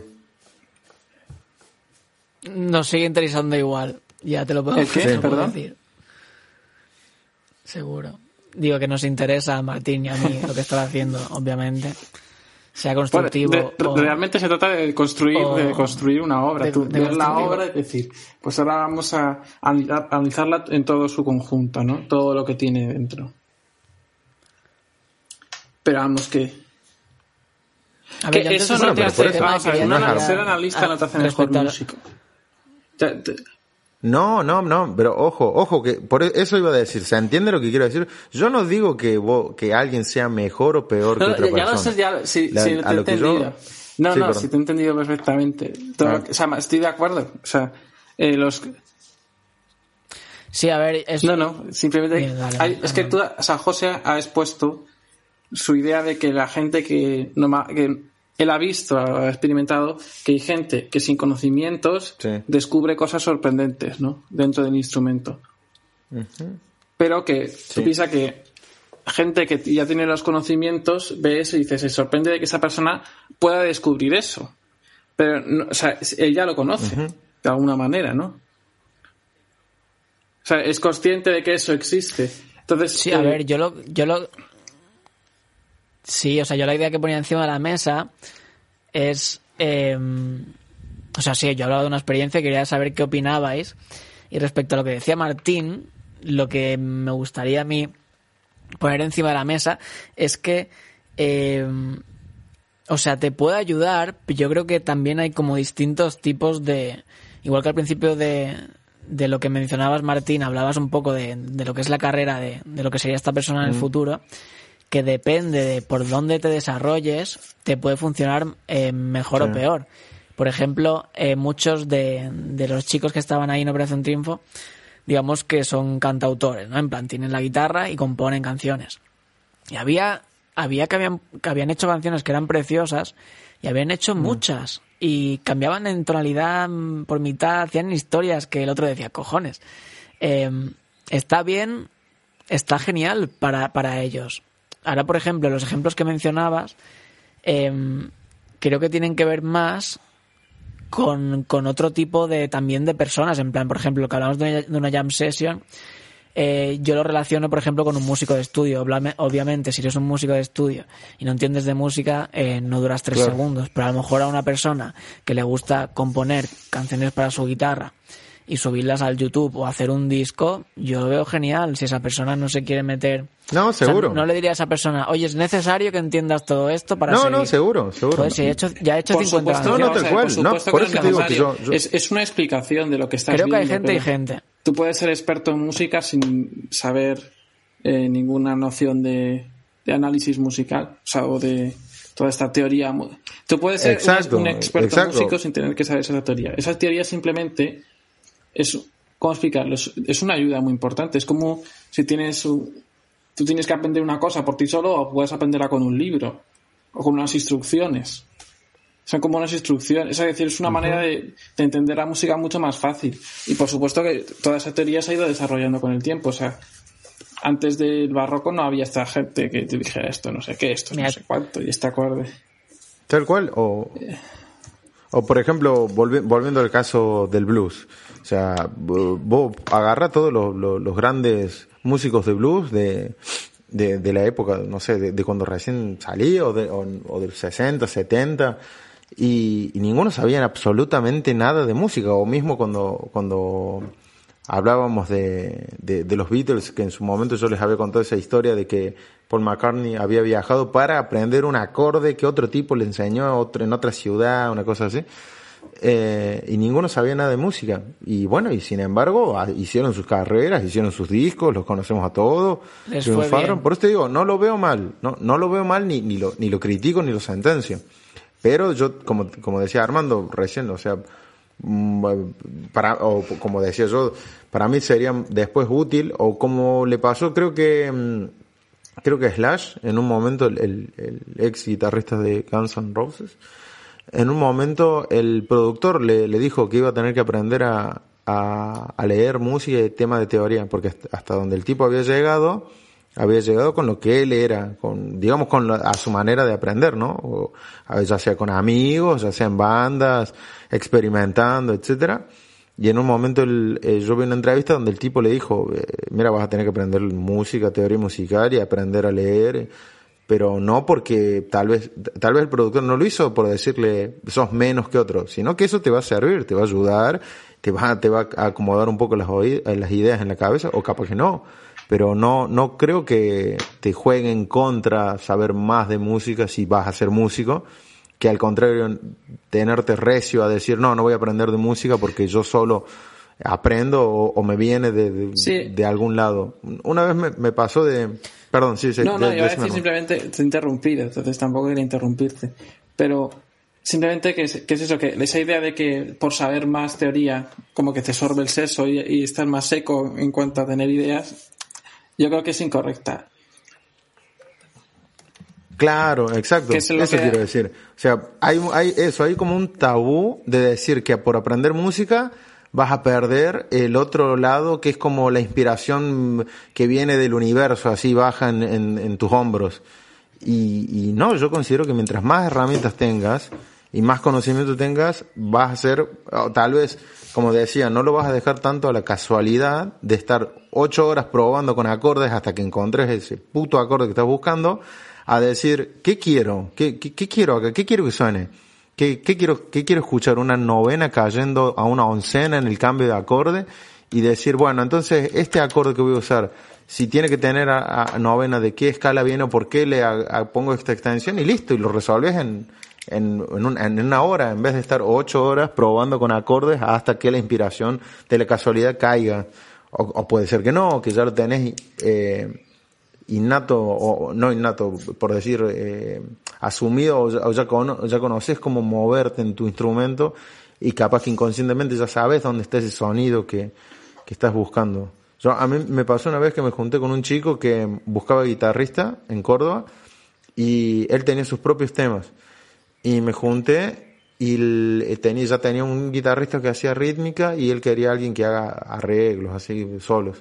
Nos sigue interesando igual, ya te lo puedo, ¿El qué? te lo puedo ¿Perdón? decir. Seguro. Digo que nos interesa a Martín y a mí lo que estás haciendo, obviamente. Sea constructivo. Bueno, de, o, realmente se trata de construir, o, de construir una obra. De, Tú de ver la obra y decir, pues ahora vamos a analizarla en todo su conjunto, ¿no? Todo lo que tiene dentro. Pero vamos que... A ver, que eso no bueno, te hace... eso, Vamos a ver, no no es ser analista a, no te hace mejor a, músico. Te, te, No, no, no, pero ojo, ojo, que por eso iba a decir, ¿se entiende lo que quiero decir? Yo no digo que vos, que alguien sea mejor o peor no, que otra ya persona. Lo sé, ya, si, La, si te he entendido. Yo... No, sí, no, perdón. si te he entendido perfectamente. Todo, ah. O sea, estoy de acuerdo. O sea, eh, los... Sí, a ver... Es... No, no, simplemente... Bien, dale, hay, dale, es que tú, o sea, José ha expuesto su idea de que la gente que... No, que él ha visto, ha experimentado que hay gente que sin conocimientos sí. descubre cosas sorprendentes, ¿no? Dentro del instrumento. Uh-huh. Pero que sí. Tú piensas que gente que ya tiene los conocimientos ve eso y dice, se sorprende de que esa persona pueda descubrir eso. Pero, no, o sea, él ya lo conoce, uh-huh. de alguna manera, ¿no? O sea, es consciente de que eso existe. Entonces, sí, eh, a ver, yo lo... Yo lo... Sí, o sea, yo la idea que ponía encima de la mesa es... Eh, o sea, sí, yo he hablado de una experiencia y quería saber qué opinabais. Y respecto a lo que decía Martín, lo que me gustaría a mí poner encima de la mesa es que... Eh, o sea, te puede ayudar, pero yo creo que también hay como distintos tipos de... Igual que al principio de, de lo que mencionabas, Martín, hablabas un poco de, de lo que es la carrera, de, de lo que sería esta persona en el futuro... que depende de por dónde te desarrolles, te puede funcionar eh, mejor sí. o peor. Por ejemplo, eh, muchos de, de los chicos que estaban ahí en Operación Triunfo, digamos que son cantautores, ¿no? En plan, tienen la guitarra y componen canciones. Y había, había que habían, que habían hecho canciones que eran preciosas y habían hecho mm. muchas. Y cambiaban en tonalidad por mitad, hacían historias que el otro decía, cojones. Eh, está bien, está genial para, para ellos. Ahora, por ejemplo, los ejemplos que mencionabas eh, creo que tienen que ver más con, con otro tipo de también de personas. En plan, por ejemplo, lo que hablamos de una, de una jam session, eh, yo lo relaciono, por ejemplo, con un músico de estudio. Obviamente, si eres un músico de estudio y no entiendes de música, eh, no duras tres claro. segundos. Pero a lo mejor a una persona que le gusta componer canciones para su guitarra y subirlas al YouTube o hacer un disco, yo lo veo genial. Si esa persona no se quiere meter... No, seguro. O sea, no le diría a esa persona, oye, es necesario que entiendas todo esto para no, seguir. No, no, seguro, seguro. Pues si he hecho, ya he hecho por cincuenta supuesto, no, no, tal cual. Por, no, por que eso te digo que yo, yo... Es, es una explicación de lo que estás Creo viendo. Creo que hay gente y gente. Tú puedes ser experto en música sin saber eh, ninguna noción de, de análisis musical, o sea, o de toda esta teoría. Tú puedes ser exacto, un, un experto exacto. en músico sin tener que saber esa teoría. Esa teoría simplemente es... ¿Cómo explicarlo? Es una ayuda muy importante. Es como si tienes un, tú tienes que aprender una cosa por ti solo o puedes aprenderla con un libro o con unas instrucciones. Son como unas instrucciones. Es decir, es una uh-huh. manera de, de entender la música mucho más fácil. Y por supuesto que toda esa teoría se ha ido desarrollando con el tiempo. O sea, antes del barroco no había esta gente que te dijera esto, no sé qué, esto, no sé cuánto, y este acorde. Tal cual, o... Eh. O por ejemplo, volvi- volviendo al caso del blues, o sea, vos agarrá todos los, los, los grandes músicos de blues, de de, de la época, no sé, de, de cuando recién salí o, de, o, o del sesenta, setenta, y, y ninguno sabía absolutamente nada de música, o mismo cuando, cuando hablábamos de, de, de los Beatles, que en su momento yo les había contado esa historia de que Paul McCartney había viajado para aprender un acorde que otro tipo le enseñó a otro, en otra ciudad, una cosa así. Eh, y ninguno sabía nada de música. Y bueno, y sin embargo, a, hicieron sus carreras, hicieron sus discos, los conocemos a todos. Les fue bien. Por eso te digo, no lo veo mal, no, no lo veo mal ni, ni lo, ni lo critico ni lo sentencio. Pero yo, como, como decía Armando recién, o sea, para, o como decía yo, para mí sería después útil, o como le pasó, creo que, creo que Slash, en un momento, el, el, el ex guitarrista de Guns N' Roses, en un momento el productor le, le dijo que iba a tener que aprender a, a, a leer música y temas de teoría, porque hasta donde el tipo había llegado, había llegado con lo que él era, con, digamos, con la, a su manera de aprender, ¿no? O, ya sea con amigos, ya sea en bandas, experimentando, etcétera. Y en un momento el, eh, yo vi una entrevista donde el tipo le dijo, eh, mira, vas a tener que aprender música, teoría musical y aprender a leer, pero no porque tal vez, tal vez el productor no lo hizo por decirle sos menos que otro, sino que eso te va a servir, te va a ayudar, te va, te va a acomodar un poco las, las ideas en la cabeza, o capaz que no. Pero no, no creo que te juegue en contra saber más de música si vas a ser músico, que al contrario, tenerte recio a decir, no, no voy a aprender de música porque yo solo aprendo o, o me viene de, de, sí. de algún lado. Una vez me, me pasó de, perdón, sí, sí. No, no, de, iba a decir simplemente, te interrumpí, entonces tampoco quería interrumpirte, pero simplemente que es, que es eso, que esa idea de que por saber más teoría, como que te sorbe el seso y, y estás más seco en cuanto a tener ideas, yo creo que es incorrecta. Claro, exacto. Es eso que... quiero decir. O sea, hay, hay eso, hay como un tabú de decir que por aprender música vas a perder el otro lado, que es como la inspiración que viene del universo, así baja en, en, en tus hombros. Y, y no, yo considero que mientras más herramientas tengas y más conocimiento tengas, vas a ser, tal vez, como decía, no lo vas a dejar tanto a la casualidad de estar ocho horas probando con acordes hasta que encontres ese puto acorde que estás buscando, a decir, ¿qué quiero? ¿Qué, qué, qué quiero acá? ¿Qué quiero que suene? ¿Qué, qué quiero, qué quiero escuchar? Una novena cayendo a una oncena en el cambio de acorde y decir, bueno, entonces este acorde que voy a usar, si tiene que tener a, a novena, de qué escala viene o por qué le a, a, pongo esta extensión, y listo, y lo resolves en, en, en, un, en una hora, en vez de estar ocho horas probando con acordes hasta que la inspiración de la casualidad caiga. O, o puede ser que no, que ya lo tenés eh, innato, o no innato, por decir, eh, asumido, o ya, o, ya cono, ya conoces cómo moverte en tu instrumento y capaz que inconscientemente ya sabes dónde está ese sonido que, que estás buscando. Yo, a mí me pasó una vez que me junté con un chico que buscaba guitarrista en Córdoba y él tenía sus propios temas. Y me junté y tenía, ya tenía un guitarrista que hacía rítmica y él quería a alguien que haga arreglos así solos.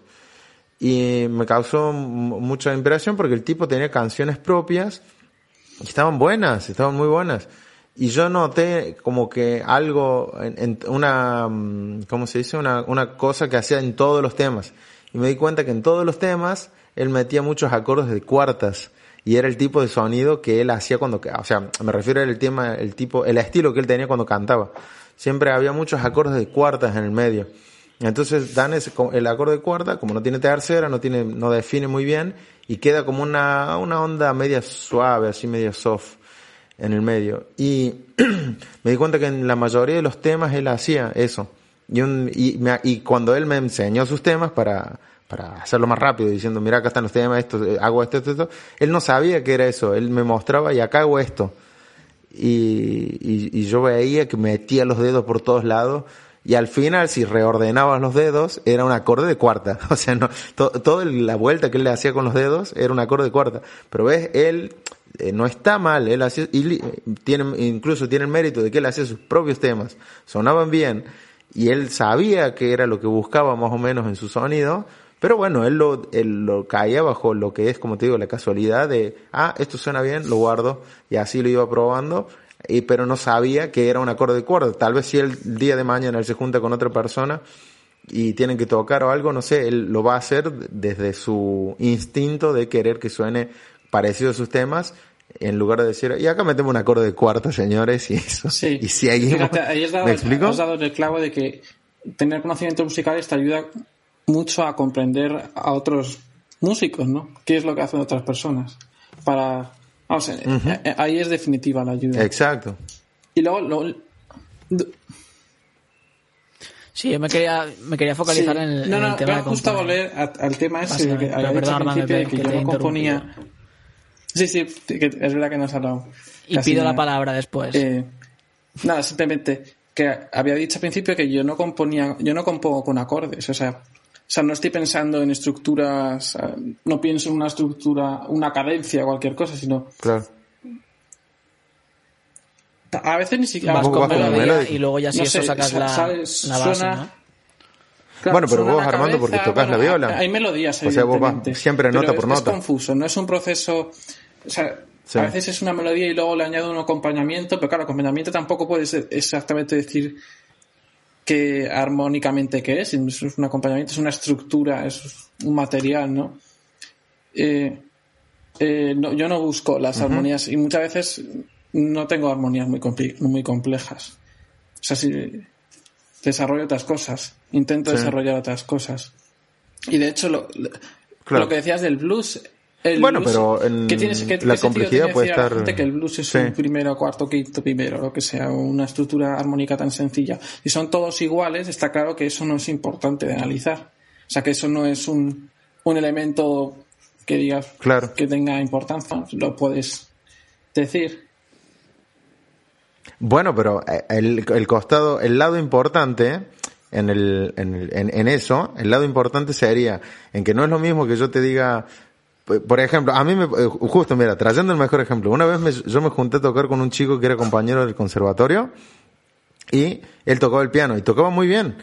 Y me causó mucha impresión porque el tipo tenía canciones propias y estaban buenas, estaban muy buenas. Y yo noté como que algo, en, en una, ¿cómo se dice? Una, una cosa que hacía en todos los temas. Y me di cuenta que en todos los temas él metía muchos acordes de cuartas. Y era el tipo de sonido que él hacía cuando, o sea, me refiero al tema, el tipo, el estilo que él tenía cuando cantaba. Siempre había muchos acordes de cuartas en el medio. Entonces dan ese, el acorde de cuarta, como no tiene tercera, no tiene, no define muy bien, y queda como una, una onda media suave, así media soft en el medio. Y me di cuenta que en la mayoría de los temas él hacía eso. Y, un, y, me, y cuando él me enseñó sus temas para, para hacerlo más rápido, diciendo, mira, acá están los temas, esto, hago esto, esto, esto, él no sabía que era eso. Él me mostraba y acá hago esto. Y, y, y yo veía que metía los dedos por todos lados. Y al final, si reordenabas los dedos, era un acorde de cuarta. O sea, no, to, toda la vuelta que él le hacía con los dedos era un acorde de cuarta. Pero ves, él eh, no está mal, él hacía, y tiene, incluso tiene el mérito de que él hacía sus propios temas. Sonaban bien, y él sabía que era lo que buscaba más o menos en su sonido. Pero bueno, él lo, él lo caía bajo lo que es, como te digo, la casualidad de, ah, esto suena bien, lo guardo, y así lo iba probando. Y, pero no sabía que era un acorde de cuarta. Tal vez si el día de mañana él se junta con otra persona y tienen que tocar o algo, no sé, él lo va a hacer desde su instinto de querer que suene parecido a sus temas, en lugar de decir, y acá metemos un acorde de cuarta, señores, y eso, sí. y seguimos. Fíjate, ahí has dado, ¿Me explico? has dado el clavo de que tener conocimientos musicales te ayuda mucho a comprender a otros músicos, ¿no? ¿Qué es lo que hacen otras personas? Para, vamos, uh-huh. ahí es definitiva la ayuda. Exacto. Y luego, lo, sí, yo me quería, me quería focalizar sí. en el, no, en no, el tema me de gusta volver a, al tema ese de que había dicho al principio de que yo no componía. Sí, sí, que es verdad que no has hablado. Y pido nada. La palabra después. Eh, nada, simplemente que había dicho al principio que yo no componía, yo no compongo con acordes, o sea, o sea, no estoy pensando en estructuras, no pienso en una estructura, una cadencia, cualquier cosa, sino claro. A veces ni siquiera vas con melodía, melodía y luego ya si no eso sé, sacas la, ¿sabes? la base, suena, ¿no? Claro, bueno, pero vos, Armando, cabeza, porque tocas bueno, la viola. Hay melodías, o sea, vos vas siempre nota pero por es, nota. Es confuso, no es un proceso. O sea, sí. A veces es una melodía y luego le añado un acompañamiento, pero claro, acompañamiento tampoco puede ser exactamente decir que armónicamente qué es. Es un acompañamiento, es una estructura, es un material, ¿no? Eh, eh, no yo no busco las uh-huh. armonías y muchas veces no tengo armonías muy, compli- muy complejas. O sea, si desarrollo otras cosas, intento sí. desarrollar otras cosas. Y de hecho, lo, claro. lo que decías del blues, el bueno, blues, pero en que tienes, que, la complejidad puede estar... La gente que el blues es sí. un primero, cuarto, quinto, primero, lo que sea, una estructura armónica tan sencilla. Y son todos iguales, está claro que eso no es importante de analizar. O sea, que eso no es un, un elemento que digas claro. que tenga importancia, lo puedes decir. Bueno, pero el, el costado, el lado importante en el, en, el en, en eso, el lado importante sería en que no es lo mismo que yo te diga, por ejemplo, a mí me, justo mira, trayendo el mejor ejemplo, una vez me, yo me junté a tocar con un chico que era compañero del conservatorio y él tocaba el piano y tocaba muy bien.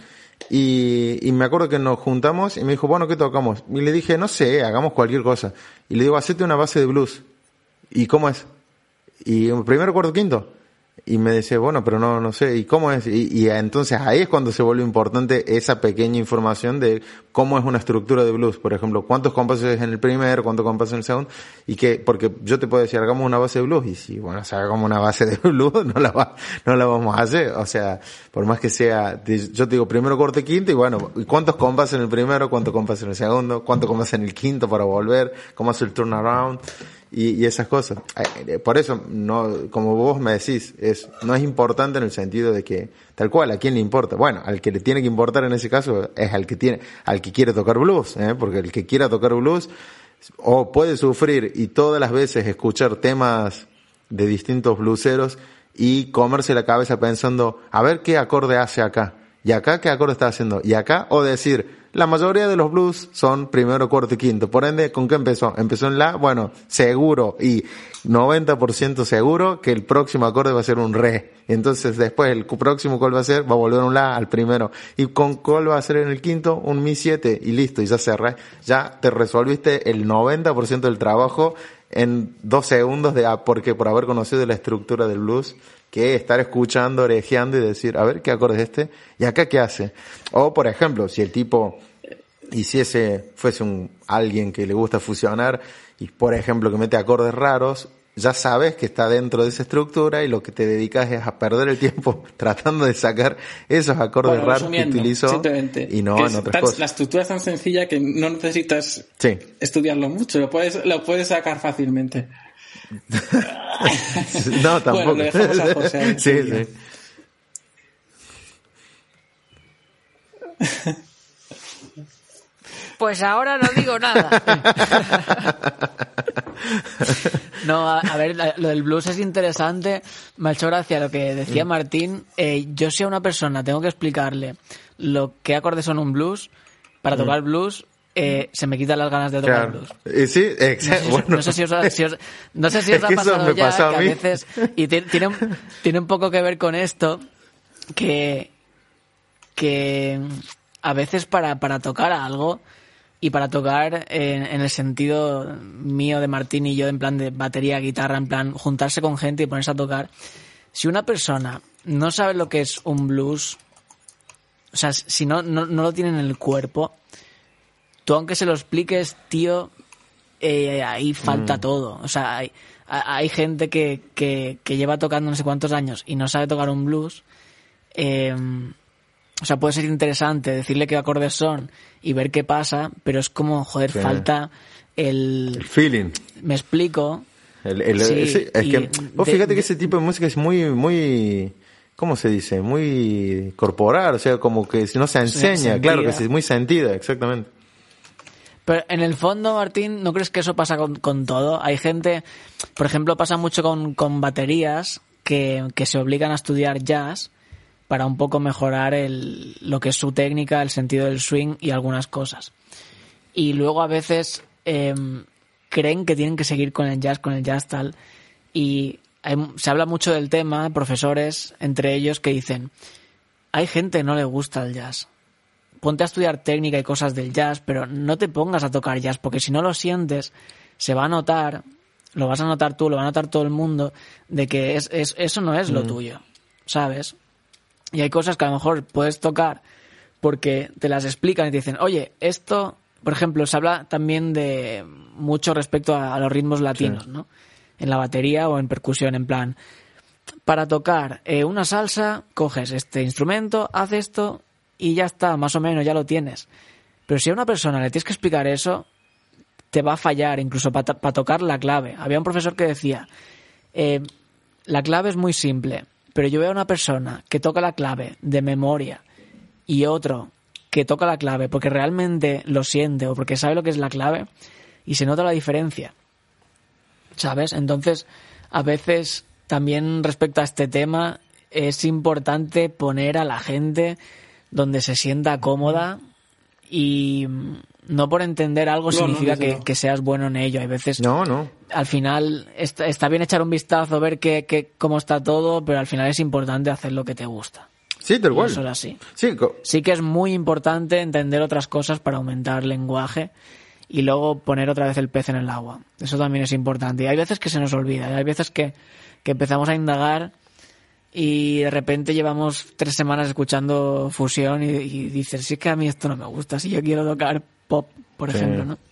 Y, y me acuerdo que nos juntamos y me dijo, bueno, ¿qué tocamos? Y le dije, no sé, hagamos cualquier cosa. Y le digo, hacete una base de blues. ¿Y cómo es? Y primero, cuarto, quinto. Y me dice, bueno, pero no, no sé, ¿y cómo es? Y, y entonces ahí es cuando se vuelve importante esa pequeña información de cómo es una estructura de blues. Por ejemplo, cuántos compases en el primero, cuántos compases en el segundo, y que, porque yo te puedo decir, hagamos una base de blues, y si, bueno, si hagamos una base de blues, no la va, no la vamos a hacer. O sea, por más que sea, yo te digo primero, cuarto y quinto, y bueno, ¿y cuántos compases en el primero, cuántos compases en el segundo, cuántos compases en el quinto para volver, cómo hace el turnaround? Y, y esas cosas. Por eso, no, como vos me decís, es, no es importante en el sentido de que, tal cual, ¿a quién le importa? Bueno, al que le tiene que importar en ese caso es al que tiene, al que quiere tocar blues, ¿eh? Porque el que quiera tocar blues, o puede sufrir y todas las veces escuchar temas de distintos blueseros y comerse la cabeza pensando, a ver qué acorde hace acá, y acá qué acorde está haciendo, y acá, o decir, la mayoría de los blues son primero, cuarto y quinto. Por ende, ¿con qué empezó? Empezó en la, bueno, seguro y noventa por ciento seguro que el próximo acorde va a ser un re. Entonces, después, el próximo cuál va a ser, va a volver un la al primero. Y con cuál va a ser en el quinto, un mi siete. Y listo, y ya cerré. Ya te resolviste el noventa por ciento del trabajo en dos segundos de, porque por haber conocido la estructura del blues, que estar escuchando, orejeando y decir, a ver qué acorde es este, y acá qué hace. O, por ejemplo, si el tipo hiciese, fuese un alguien que le gusta fusionar, y por ejemplo que mete acordes raros, ya sabes que está dentro de esa estructura y lo que te dedicas es a perder el tiempo tratando de sacar esos acordes bueno, raros que utilizo y no en otras tan, cosas. La estructura es tan sencilla que no necesitas sí. estudiarlo mucho, lo puedes, lo puedes sacar fácilmente. No, tampoco. Bueno, lo dejamos a José. Sí, sí. Pues ahora no digo nada. No, a, a ver, lo del blues es interesante. Me ha hecho gracia lo que decía Martín. Eh, yo si a una persona tengo que explicarle lo que acordes son un blues, para tocar blues, eh, se me quitan las ganas de tocar claro. blues. Y sí, exacto. No, no, no sé si os ha, si os, no sé si os ha pasado ya que a, a veces, y tiene, tiene, tiene un poco que ver con esto, que, que a veces para, para tocar algo, y para tocar en, en el sentido mío de Martín y yo, en plan de batería, guitarra, en plan juntarse con gente y ponerse a tocar, si una persona no sabe lo que es un blues, O sea, si no, no, no lo tienen en el cuerpo, tú aunque se lo expliques, tío, eh, ahí falta mm. todo. O sea, hay, hay gente que, que, que lleva tocando no sé cuántos años y no sabe tocar un blues. Eh, o sea, puede ser interesante decirle qué acordes son y ver qué pasa, pero es como, joder, sí. falta el... El feeling. Me explico. El, el, sí, ese, es que, vos fíjate de, que ese tipo de música es muy, muy... ¿Cómo se dice? Muy corporal, o sea, como que no se enseña, sentida. Claro que es muy sentida, exactamente. Pero en el fondo, Martín, ¿no crees que eso pasa con, con todo? Hay gente, por ejemplo, pasa mucho con, con baterías que, que se obligan a estudiar jazz para un poco mejorar el, lo que es su técnica, el sentido del swing y algunas cosas. Y luego a veces eh, creen que tienen que seguir con el jazz, con el jazz tal, y hay, se habla mucho del tema, profesores, entre ellos, que dicen, hay gente que no le gusta el jazz. Ponte a estudiar técnica y cosas del jazz, pero no te pongas a tocar jazz, porque si no lo sientes, se va a notar, lo vas a notar tú, lo va a notar todo el mundo, de que es, es, eso no es lo mm. tuyo, ¿sabes? Y hay cosas que a lo mejor puedes tocar porque te las explican y te dicen, oye, esto, por ejemplo, se habla también de mucho respecto a, a los ritmos latinos, sí. ¿no? En la batería o en percusión, en plan, para tocar eh, una salsa, coges este instrumento, haces esto y ya está, más o menos, ya lo tienes. Pero si a una persona le tienes que explicar eso, te va a fallar, incluso para pa tocar la clave. Había un profesor que decía, eh, la clave es muy simple, pero yo veo a una persona que toca la clave de memoria y otro que toca la clave porque realmente lo siente o porque sabe lo que es la clave y se nota la diferencia, ¿sabes? Entonces, a veces también respecto a este tema es importante poner a la gente donde se sienta cómoda y no por entender algo no, significa no, que, no. que seas bueno en ello. Hay veces, no, no. al final está, está bien echar un vistazo, ver que, que, cómo está todo, pero al final es importante hacer lo que te gusta. Sí, tal cual. Eso es así. Sí, sí que es muy importante entender otras cosas para aumentar el lenguaje y luego poner otra vez el pez en el agua. Eso también es importante. Y hay veces que se nos olvida, hay veces que, que empezamos a indagar y de repente llevamos tres semanas escuchando fusión y, y dices, sí, es que a mí esto no me gusta, si yo quiero tocar pop, por sí. ejemplo, ¿no?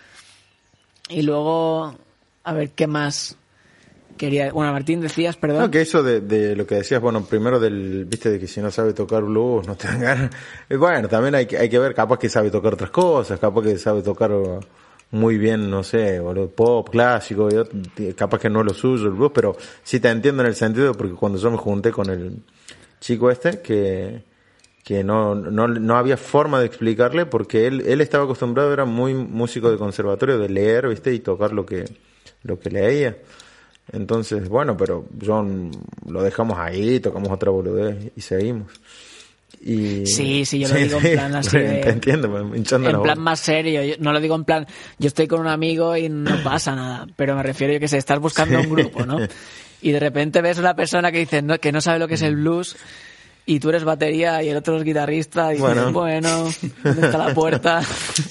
Y luego, a ver, ¿qué más quería? Bueno, Martín, decías, perdón. No, que eso de, de lo que decías, bueno, primero del, viste, de que si no sabe tocar blues, no te dan ganas. Bueno, también hay que, hay que ver, capaz que sabe tocar otras cosas, capaz que sabe tocar muy bien, no sé, boludo, pop, clásico, yo, capaz que no es lo suyo el blues, pero sí te entiendo en el sentido, porque cuando yo me junté con el chico este, que, que no, no, no había forma de explicarle, porque él, él estaba acostumbrado, era muy músico de conservatorio, de leer, viste, y tocar lo que, lo que leía. Entonces, bueno, pero yo lo dejamos ahí, tocamos otra boludez y seguimos. Y... Sí, sí, yo lo sí, digo en plan así de... Te entiendo, hinchando en la plan bola. más serio, yo no lo digo en plan, yo estoy con un amigo y no pasa nada, pero me refiero yo que sé, estás buscando un grupo, ¿no? Y de repente ves una persona que dice no, que no sabe lo que es el blues y tú eres batería y el otro es guitarrista y dices, bueno, bueno ¿dónde está la puerta?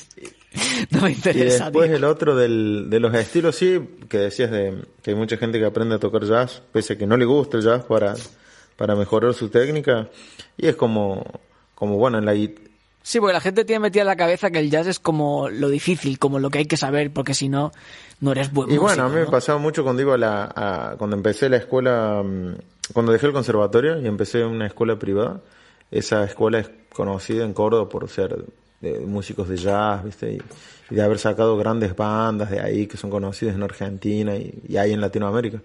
No me interesa. Y después tío. El otro del, de los estilos, sí, que decías de que hay mucha gente que aprende a tocar jazz, pese a que no le gusta el jazz para, para mejorar su técnica, y es como, como bueno, en la... Sí, porque la gente tiene metida en la cabeza que el jazz es como lo difícil, como lo que hay que saber, porque si no, no eres buen y músico. Y bueno, a mí ¿no? me pasaba mucho cuando iba a la, a, cuando empecé la escuela, cuando dejé el conservatorio y empecé una escuela privada. Esa escuela es conocida en Córdoba por ser de músicos de jazz, ¿viste? Y, y de haber sacado grandes bandas de ahí que son conocidas en Argentina y, y ahí en Latinoamérica.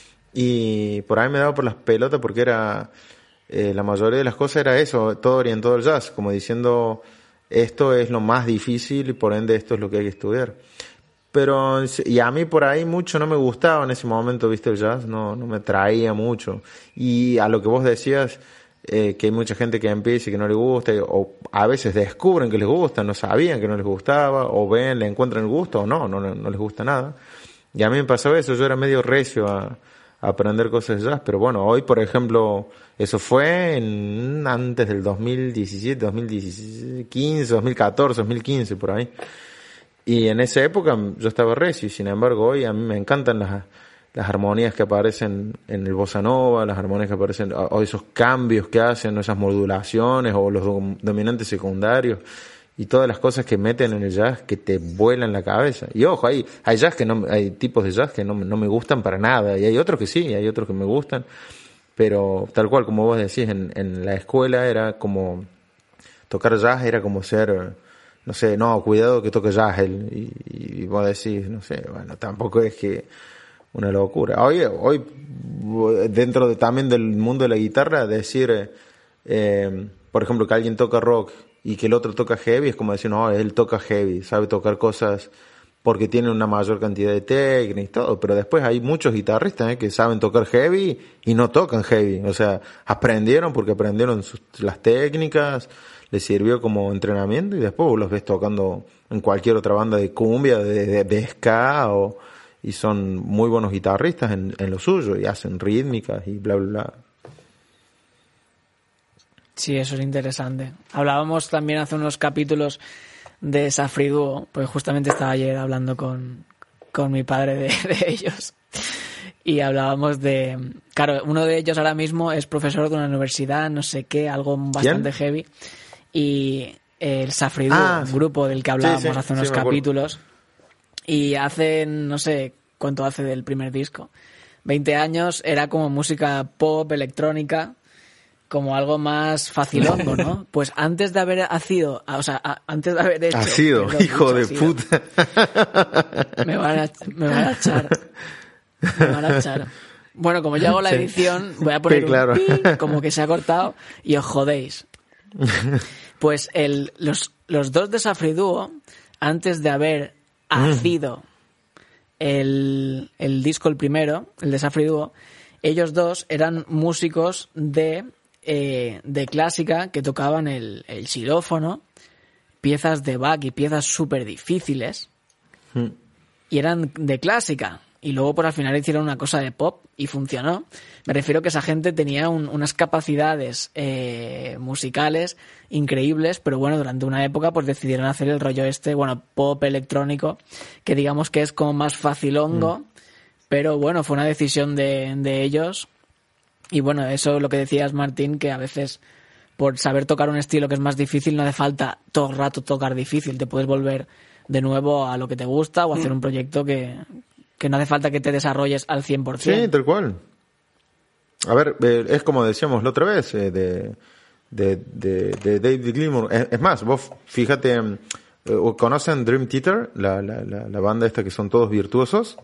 Y por ahí me daba por las pelotas porque era... Eh, la mayoría de las cosas era eso, todo orientado al jazz, como diciendo esto es lo más difícil y por ende esto es lo que hay que estudiar. Pero, y a mí por ahí mucho no me gustaba en ese momento, viste, el jazz, no, no me traía mucho. Y a lo que vos decías, eh, que hay mucha gente que empieza y que no le gusta, o a veces descubren que les gusta, no sabían que no les gustaba, o ven, le encuentran el gusto, o no, no, no les gusta nada. Y a mí me pasaba eso, yo era medio recio a aprender cosas de jazz, pero bueno, hoy por ejemplo, eso fue en, antes del dos mil diecisiete, dos mil quince, dos mil catorce, dos mil quince, por ahí. Y en esa época yo estaba recio, y sin embargo hoy a mí me encantan las, las armonías que aparecen en el bossa nova, las armonías que aparecen, o, o esos cambios que hacen, esas modulaciones, o los dom- dominantes secundarios, y todas las cosas que meten en el jazz que te vuelan la cabeza. Y ojo, hay, hay jazz que no, hay tipos de jazz que no, no me gustan para nada, y hay otros que sí, hay otros que me gustan, pero tal cual como vos decís, en, en la escuela era como, tocar jazz era como ser, no sé, no, cuidado que toque jazz él, y, y vos decís, no sé, bueno, tampoco es que una locura. Hoy, hoy dentro de, también del mundo de la guitarra, decir, eh, por ejemplo, que alguien toca rock y que el otro toca heavy, es como decir, no, él toca heavy, sabe tocar cosas porque tiene una mayor cantidad de técnica y todo, pero después hay muchos guitarristas ¿eh? que saben tocar heavy y no tocan heavy, o sea, aprendieron porque aprendieron sus, las técnicas, les sirvió como entrenamiento, y después vos los ves tocando en cualquier otra banda de cumbia, de, de, de ska, o, y son muy buenos guitarristas en, en lo suyo, y hacen rítmicas y bla, bla, bla. Sí, eso es interesante. Hablábamos también hace unos capítulos de Safri Duo, pues justamente estaba ayer hablando con, con mi padre de, de ellos, y hablábamos de, claro, uno de ellos ahora mismo es profesor de una universidad, no sé qué, algo bastante ¿Quién? heavy, y el Safri Duo, Ah, un grupo del que hablábamos sí, sí, hace unos sí, me acuerdo. capítulos, y hace, no sé cuánto hace del primer disco, veinte años, era como música pop, electrónica, como algo más facilongo, ¿no? Pues antes de haber sido, o sea, a, antes de haber hecho... Ha sido, perdón, hijo mucho de ha sido. puta. Me van a, me van a echar. Me van a echar. Bueno, como yo hago la Sí. edición, voy a poner Sí, claro. un pi, como que se ha cortado, y os jodéis. Pues el, los, los dos de Safri Duo, antes de haber nacido el, el disco, el primero, el de Safri Duo, ellos dos eran músicos de, eh, de clásica que tocaban el, el xilófono, piezas de Bach y piezas súper difíciles, Mm. y eran de clásica. Y luego, pues al final hicieron una cosa de pop y funcionó. Me refiero que esa gente tenía un, unas capacidades eh, musicales increíbles, pero bueno, durante una época pues decidieron hacer el rollo este, bueno, pop electrónico, que digamos que es como más facilongo, mm. pero bueno, fue una decisión de, de ellos. Y bueno, eso lo que decías, Martín, que a veces por saber tocar un estilo que es más difícil no hace falta todo el rato tocar difícil, te puedes volver de nuevo a lo que te gusta o hacer un proyecto que... que no hace falta que te desarrolles al cien por ciento. Sí, tal cual. A ver, eh, es como decíamos la otra vez, eh, de, de, de, de David Gilmour. Es, es más, vos fíjate, eh, ¿conocen Dream Theater? La, la, la, la banda esta que son todos virtuosos.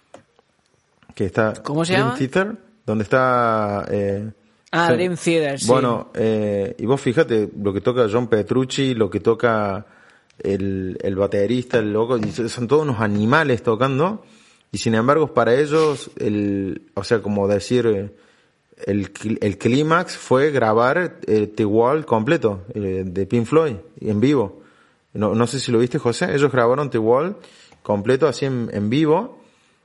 Que está ¿Cómo se Dream llama? Theater, donde está... Eh, Ah, sí. Dream Theater, sí. Bueno, eh, y vos fíjate lo que toca John Petrucci, lo que toca el, el baterista, el loco, y son todos unos animales tocando. Y sin embargo, para ellos, el, o sea, como decir, el, el clímax fue grabar eh, The Wall completo, eh, de Pink Floyd, en vivo. No, no sé si lo viste, José, ellos grabaron The Wall completo así en, en vivo,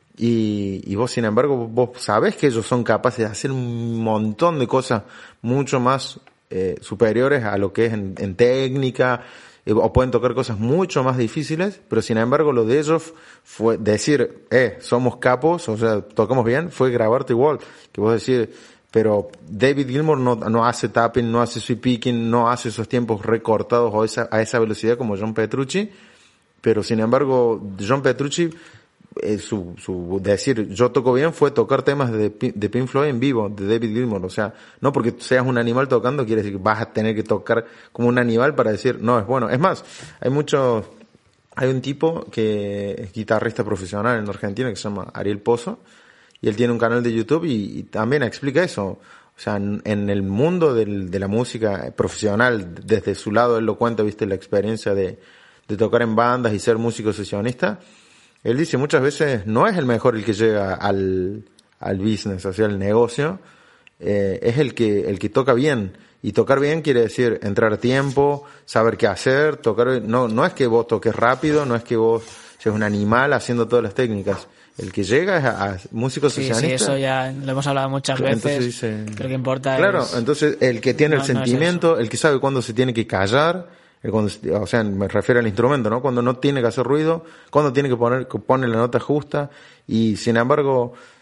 y, y vos, sin embargo, vos sabés que ellos son capaces de hacer un montón de cosas mucho más eh, superiores a lo que es en, en técnica, o pueden tocar cosas mucho más difíciles, pero sin embargo lo de ellos fue decir, eh, somos capos, o sea, tocamos bien, fue grabarte igual, que vos decir, pero David Gilmour no, no hace tapping, no hace sweep picking, no hace esos tiempos recortados o esa, a esa velocidad como John Petrucci, pero sin embargo John Petrucci, eh, su, su decir yo toco bien fue tocar temas de, de Pink Floyd en vivo, de David Gilmour, o sea, no porque seas un animal tocando quiere decir que vas a tener que tocar como un animal para decir no es bueno. Es más, hay muchos, hay un tipo que es guitarrista profesional en Argentina que se llama Ariel Pozo, y él tiene un canal de YouTube y, y también explica eso. O sea, en, en el mundo del, de la música profesional, desde su lado él lo cuenta, viste, la experiencia de, de tocar en bandas y ser músico sesionista. Él dice muchas veces no es el mejor el que llega al, al business, o sea, al negocio, eh, es el que, el que toca bien. Y tocar bien quiere decir entrar a tiempo, saber qué hacer, tocar, no, no es que vos toques rápido, no es que vos seas un animal haciendo todas las técnicas. El que llega es a, a músico sí, sesionista. Sí, eso ya lo hemos hablado muchas Entonces veces. Dice, que lo que importa claro, es... entonces el que tiene no, el sentimiento, no es el que sabe cuándo se tiene que callar, el cuando, o sea, me refiero al instrumento, ¿no? Cuando no tiene que hacer ruido, cuando tiene que poner, que pone la nota justa, y sin embargo,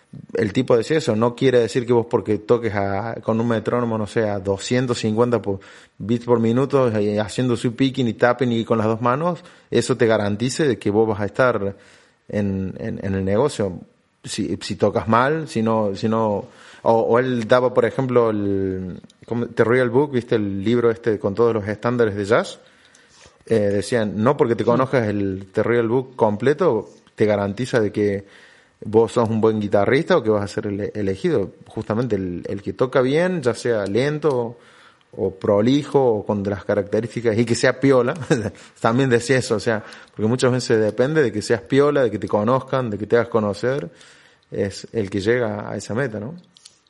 el tipo decía eso, no quiere decir que vos porque toques a, con un metrónomo, no sé, a doscientos cincuenta por, bits por minuto, y haciendo su picking y tapping y con las dos manos, eso te garantice de que vos vas a estar en, en, en el negocio. Si, si tocas mal, si no, si no, o, o él daba, por ejemplo, el The Real Book, viste, el libro este con todos los estándares de jazz, eh, decían, no porque te conozcas el The Real Book completo, te garantiza de que vos sos un buen guitarrista o que vas a ser ele- elegido. Justamente el, el que toca bien, ya sea lento o prolijo o con las características, y que sea piola, también decía eso, o sea, porque muchas veces depende de que seas piola, de que te conozcan, de que te hagas conocer, es el que llega a esa meta, ¿no?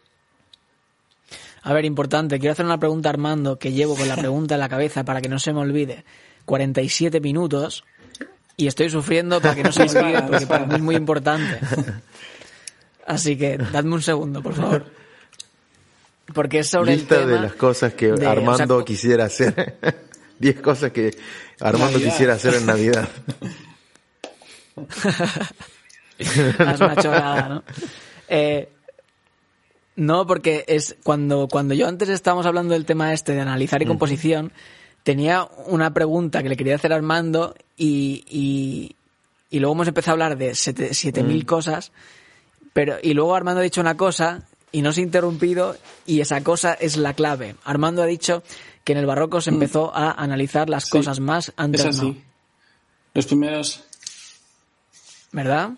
A ver, importante, quiero hacer una pregunta a Armando, que llevo con la pregunta en la cabeza para que no se me olvide. cuarenta y siete minutos y estoy sufriendo para que no se me olvide porque para mí es muy importante. Así que dadme un segundo, por favor. Porque es sobre Lista el tema de las cosas que de, Armando o sea, quisiera hacer. Diez cosas que Armando Navidad. quisiera hacer en Navidad. es una chorrada, ¿no? Eh, no, porque es cuando, cuando yo antes estábamos hablando del tema este de analizar y composición, tenía una pregunta que le quería hacer a Armando y, y, y luego hemos empezado a hablar de siete mil Mm. cosas, pero y luego Armando ha dicho una cosa y no se ha interrumpido y esa cosa es la clave. Armando ha dicho que en el barroco se empezó a analizar las Sí, cosas más, antes es así. no. Los primeros... ¿Verdad?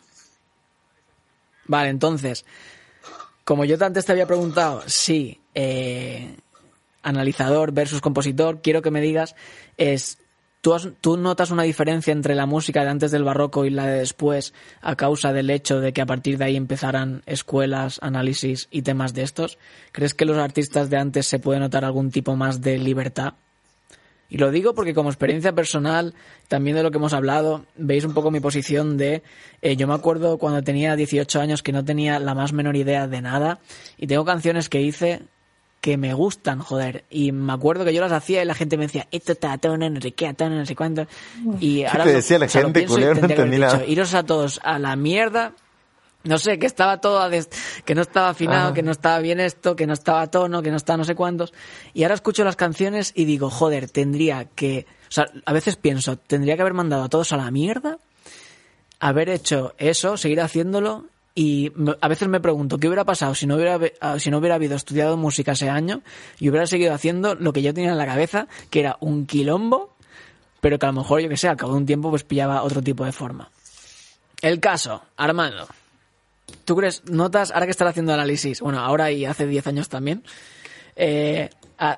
Vale, entonces, como yo antes te había preguntado si eh, analizador versus compositor, quiero que me digas, es ¿tú, has, ¿tú notas una diferencia entre la música de antes del barroco y la de después a causa del hecho de que a partir de ahí empezaran escuelas, análisis y temas de estos? ¿Crees que los artistas de antes se puede notar algún tipo más de libertad? Y lo digo porque como experiencia personal, también de lo que hemos hablado, veis un poco mi posición de... Eh, yo me acuerdo cuando tenía dieciocho años que no tenía la más menor idea de nada y tengo canciones que hice que me gustan, joder. Y me acuerdo que yo las hacía y la gente me decía, esto está tono, no sé qué, a tono, no sé cuánto. Y ahora te lo- decía la o sea, lo gente, pienso y culero? No tendría que haber entendí dicho, nada. iros a todos a la mierda. No sé, que estaba todo a des- que no estaba afinado, Ajá. que no estaba bien esto, que no estaba a tono, que no estaba no sé cuántos. Y ahora escucho las canciones y digo, joder, tendría que... O sea, a veces pienso, tendría que haber mandado a todos a la mierda, haber hecho eso, seguir haciéndolo, y me- a veces me pregunto, ¿qué hubiera pasado si no hubiera, ve- ah, si no hubiera habido estudiado música ese año y hubiera seguido haciendo lo que yo tenía en la cabeza, que era un quilombo, pero que a lo mejor, yo que sé, al cabo de un tiempo pues pillaba otro tipo de forma? El caso, Armando. ¿Tú crees, notas, ahora que estás haciendo análisis, bueno, ahora y hace diez años también, eh, a-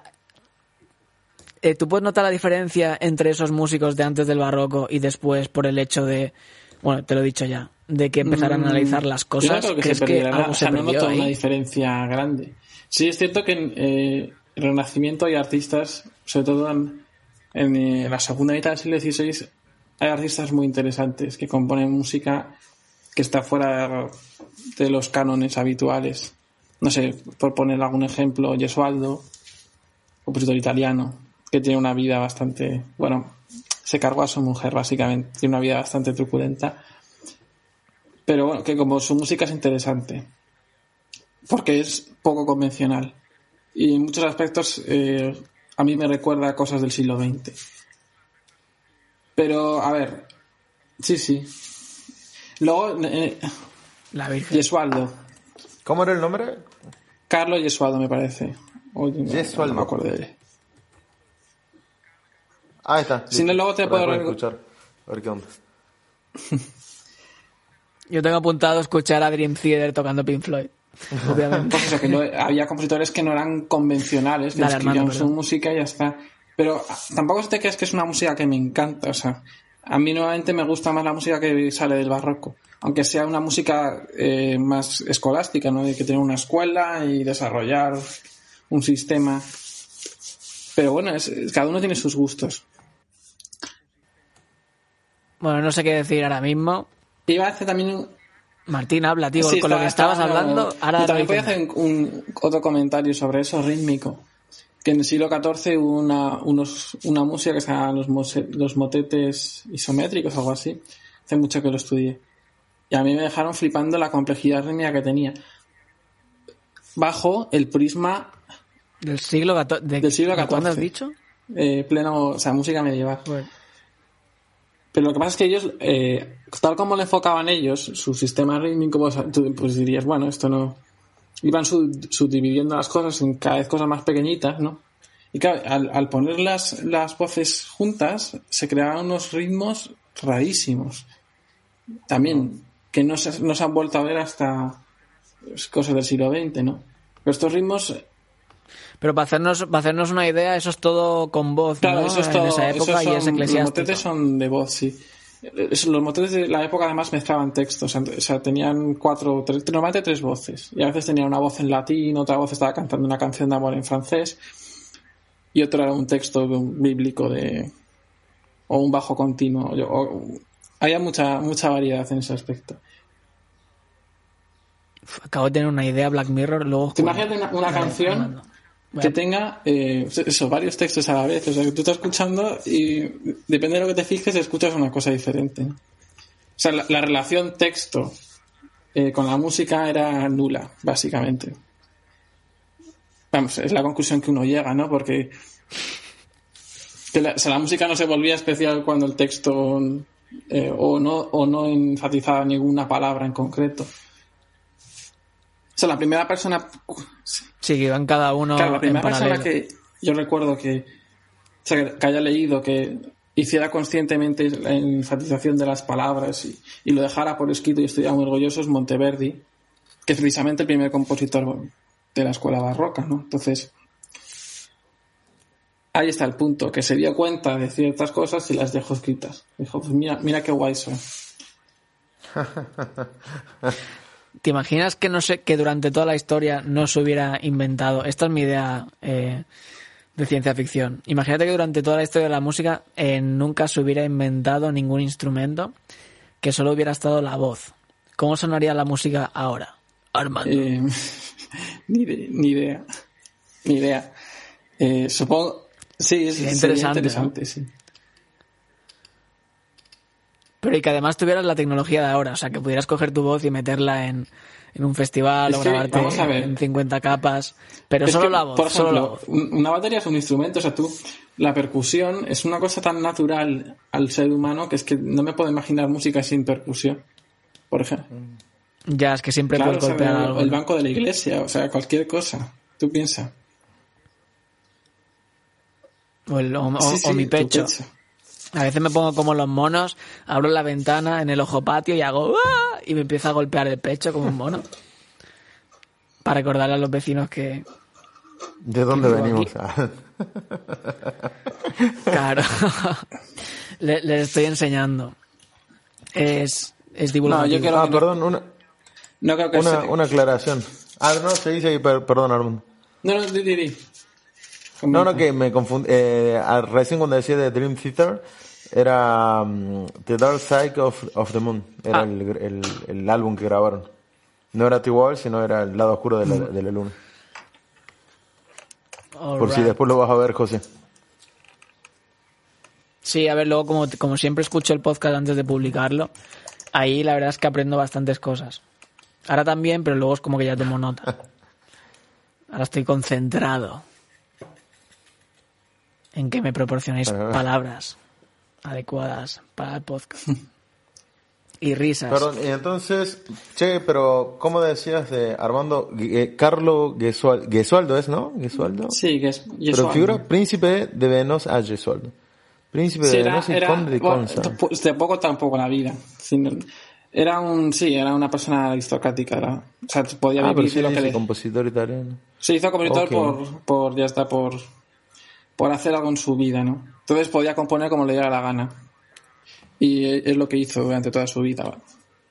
eh, ¿tú puedes notar la diferencia entre esos músicos de antes del barroco y después por el hecho de, bueno, te lo he dicho ya, de que empezaran a analizar las Yo no cosas? creo que ¿Crees se que perdiera, algo o se sea, no perdió noto ahí? una diferencia grande. Sí, es cierto que en eh, el Renacimiento hay artistas, sobre todo en, en, eh, la segunda mitad del siglo dieciséis, hay artistas muy interesantes que componen música que está fuera de los cánones habituales. No sé, por poner algún ejemplo, Gesualdo, compositor italiano, que tiene una vida bastante... Bueno, se cargó a su mujer, básicamente. Tiene una vida bastante truculenta. Pero bueno, que como su música es interesante. Porque es poco convencional. Y en muchos aspectos eh, a mí me recuerda a cosas del siglo veinte. Pero, a ver... Sí, sí. Luego, eh, La Virgen. Gesualdo. ¿Cómo era el nombre? Carlos Gesualdo, me parece. O- no, Gesualdo. No me acuerdo de él. Ah, ahí está. Si no, luego te Para puedo después rec- escuchar. A ver qué onda. Yo tengo apuntado escuchar a Dream Theater tocando Pink Floyd, obviamente. Pues eso, que no- había compositores que no eran convencionales, que Dale, escribían Armando, su perdón. música y ya está. Pero ah, tampoco se te creas que es una música que me encanta, o sea, a mí nuevamente me gusta más la música que sale del barroco, aunque sea una música eh, más escolástica, ¿no? De que tener una escuela y desarrollar un sistema. Pero bueno, es- es- cada uno tiene sus gustos. Bueno, no sé qué decir ahora mismo. Iba a hacer también un, Martín, habla, tío, Sí, con lo está- que estabas está- hablando. no, Ahora y lo también voy a dices. hacer un, otro comentario sobre eso, rítmico. Que en el siglo catorce hubo una, unos, una música que se llama los, mose- los motetes isométricos o algo así. Hace mucho que lo estudié. Y a mí me dejaron flipando la complejidad rítmica que tenía. Bajo el prisma del siglo catorce. De, del siglo catorce. ¿Cuándo has dicho? Eh, pleno, o sea, música medieval. Bueno. Pero lo que pasa es que ellos, eh, tal como le enfocaban ellos, su sistema rítmico, pues, tú, pues dirías, bueno, esto no... Iban sub, subdividiendo las cosas en cada vez cosas más pequeñitas, ¿no? Y claro, al, al poner las, las voces juntas, se creaban unos ritmos rarísimos. También, que no se, no se han vuelto a ver hasta cosas del siglo veinte, ¿no? Pero estos ritmos... Pero para hacernos, para hacernos una idea, eso es todo con voz, claro, ¿no? Eso es todo, en esa época son, y es eclesiástico. Los motetes son de voz, sí. Los motetes de la época además mezclaban textos, o sea, tenían cuatro, tres, normalmente tres voces. Y a veces tenía una voz en latín, otra voz estaba cantando una canción de amor en francés, y otro era un texto bíblico de o un bajo continuo. O, o, había mucha, mucha variedad en ese aspecto. Acabo de tener una idea, Black Mirror, luego... Te imagínate una, una canción que tenga eh, eso, varios textos a la vez. O sea, que tú estás escuchando y depende de lo que te fijes, escuchas una cosa diferente. O sea, la, la relación texto eh, con la música era nula, básicamente. Vamos, es la conclusión que uno llega, ¿no? Porque que la, o sea, la música no se volvía especial cuando el texto eh, o no o no enfatizaba ninguna palabra en concreto. O sea, la primera persona... Sí, que iban cada uno claro, la primera en paralelo. persona que yo recuerdo que, o sea, que haya leído, que hiciera conscientemente la enfatización de las palabras y, y lo dejara por escrito y estuviera muy orgulloso es Monteverdi, que es precisamente el primer compositor de la escuela barroca, ¿no? Entonces, ahí está el punto, que se dio cuenta de ciertas cosas y las dejó escritas. Dijo, pues mira, mira qué guay soy. ¿Te imaginas que no sé que durante toda la historia no se hubiera inventado? Esta es mi idea eh, de ciencia ficción. Imagínate que durante toda la historia de la música eh, nunca se hubiera inventado ningún instrumento, que solo hubiera estado la voz. ¿Cómo sonaría la música ahora, Armando? Eh, ni, de, ni idea. Ni idea. Eh, supongo... Sí, es, sería sería interesante, interesante, ¿no? Sí. Pero y que además tuvieras la tecnología de ahora, o sea, que pudieras coger tu voz y meterla en, en un festival es o que, grabarte vamos a ver. en cincuenta capas, pero es solo que, la voz. Por ejemplo, solo la voz. una batería es un instrumento, o sea, tú, la percusión es una cosa tan natural al ser humano que es que no me puedo imaginar música sin percusión, por ejemplo. Ya, es que siempre Claro, puedes o sea, golpear el, algo. el ¿no? banco de la iglesia, o sea, cualquier cosa. Tú piensas. O, el, o, Sí, o- sí, o mi tu pecho. A veces me pongo como los monos, abro la ventana en el ojo patio y hago ¡ah! Y me empiezo a golpear el pecho como un mono. Para recordarle a los vecinos que... ¿De dónde vivo venimos? Claro. Le- Les estoy enseñando. Es, es divulgativo. No, yo quiero- Ah, perdón, una, No creo que una, sea- una aclaración. Ah, no, se dice ahí, per- perdón, Armando. No, no, di, di, di. No, no, que me confundí. Eh, ah, recién cuando decía de Dream Theater, era um, The Dark Side of, of the Moon. Era Ah. el, el, el álbum que grabaron. No era T-Wall, sino era el lado oscuro de la, de la luna. All Por si right. después lo vas a ver, José. Sí, a ver, luego como, como siempre escucho el podcast antes de publicarlo, ahí la verdad es que aprendo bastantes cosas. Ahora también, pero luego es como que ya tomo nota. Ahora estoy concentrado en que me proporcionéis Ajá. palabras adecuadas para el podcast. Y risas. Perdón, y entonces, che, pero ¿cómo decías de Armando? Eh, Carlo Gesualdo, Gesualdo es, ¿no? Gesualdo. Sí, que es... y Pero eso- figura príncipe de Venosa, ah, Gesualdo. Príncipe Sí, de era, Venosa y era, conde de bueno, Consa. pues de poco tampoco la vida. Sino- era un, sí, era una persona aristocrática. Era, o sea, podía Ah, pero vivir sí de lo que dice le... compositor italiano. Se hizo compositor Ok. por, por, ya está, por, por hacer algo en su vida, ¿no? Entonces podía componer como le diera la gana. Y es lo que hizo durante toda su vida. ¿vale?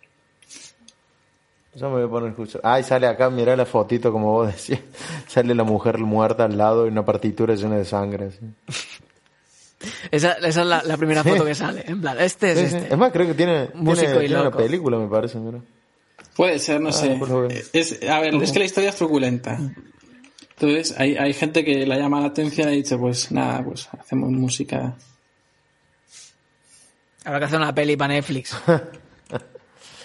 Yo me voy a poner a escuchar. Ay, sale acá, mirá la fotito como vos decías. Sale la mujer muerta al lado y una partitura llena de sangre. Así. Esa, esa es la, la primera foto que sale. En plan, este es Sí, sí. este. Es más, creo que tiene, Músico tiene, y tiene una loco. película, me parece. Mira. Puede ser, no sé. pues lo veo. Es, a ver, es que la historia es truculenta. Entonces hay, hay gente que la llama la atención y dice, pues nada, pues hacemos música. Habrá que hacer una peli para Netflix.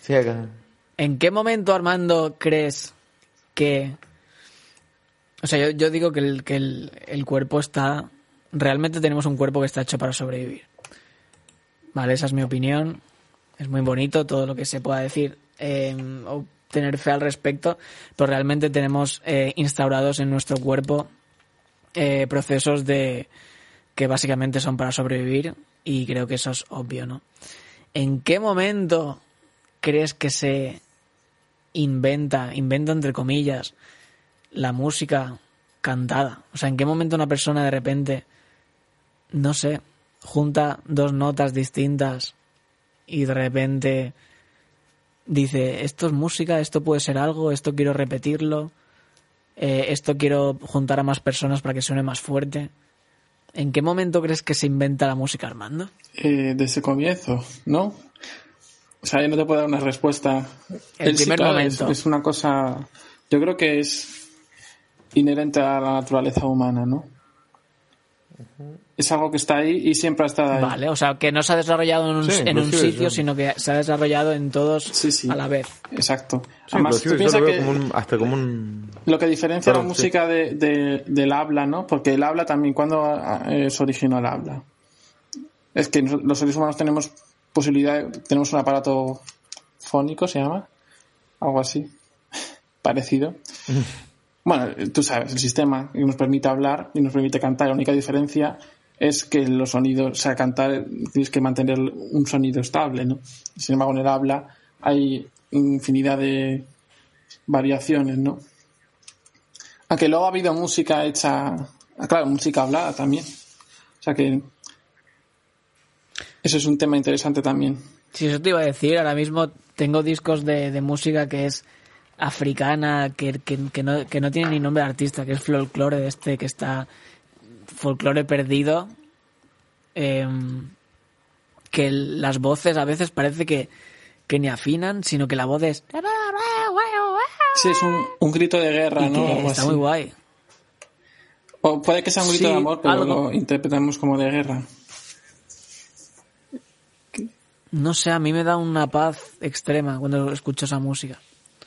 Sí, acá. ¿En qué momento, Armando, crees que... O sea, yo, yo digo que, el, que el, el cuerpo está... Realmente tenemos un cuerpo que está hecho para sobrevivir. Vale, esa es mi opinión. Es muy bonito todo lo que se pueda decir eh, o tener fe al respecto, pero realmente tenemos eh, instaurados en nuestro cuerpo eh, procesos de que básicamente son para sobrevivir, y creo que eso es obvio, ¿no? ¿En qué momento crees que se inventa, inventa entre comillas, la música cantada? O sea, ¿en qué momento una persona de repente, no sé, junta dos notas distintas y de repente dice, esto es música, esto puede ser algo, esto quiero repetirlo, eh, esto quiero juntar a más personas para que suene más fuerte? ¿En qué momento crees que se inventa la música, Armando? Eh, desde el comienzo, ¿no? O sea, yo no te puedo dar una respuesta. El El primer sí, claro, momento. Es, es una cosa, yo creo que es inherente a la naturaleza humana, ¿no? Uh-huh. Es algo que está ahí y siempre ha estado ahí. Vale, o sea, que no se ha desarrollado en un, sí, en un sitio, sí. sino que se ha desarrollado en todos sí, sí. a la vez. Exacto. Sí, Además, tú piensas que como un, hasta como un... lo que diferencia Perdón, la música sí. de, de, del habla, ¿no? Porque el habla también, ¿cuándo eh, se originó el habla? Es que los seres humanos tenemos posibilidad, tenemos un aparato fónico, se llama, algo así, parecido. Bueno, tú sabes, el sistema que nos permite hablar y nos permite cantar. La única diferencia es que los sonidos, o sea, cantar tienes que mantener un sonido estable, ¿no? Sin embargo, en el habla hay infinidad de variaciones, ¿no? Aunque luego ha habido música hecha, claro, música hablada también. O sea que eso es un tema interesante también. Sí, eso te iba a decir. Ahora mismo tengo discos de, de música que es africana, que, que, que, no, que no tiene ni nombre de artista, que es folclore de este, que está folclore perdido, eh, que las voces a veces parece que, que ni afinan, sino que la voz es... Sí, es un, un grito de guerra, y ¿no? Que Algo está así. muy guay. O puede que sea un grito Sí, de amor, pero algo. lo interpretamos como de guerra. No sé, a mí me da una paz extrema cuando escucho esa música.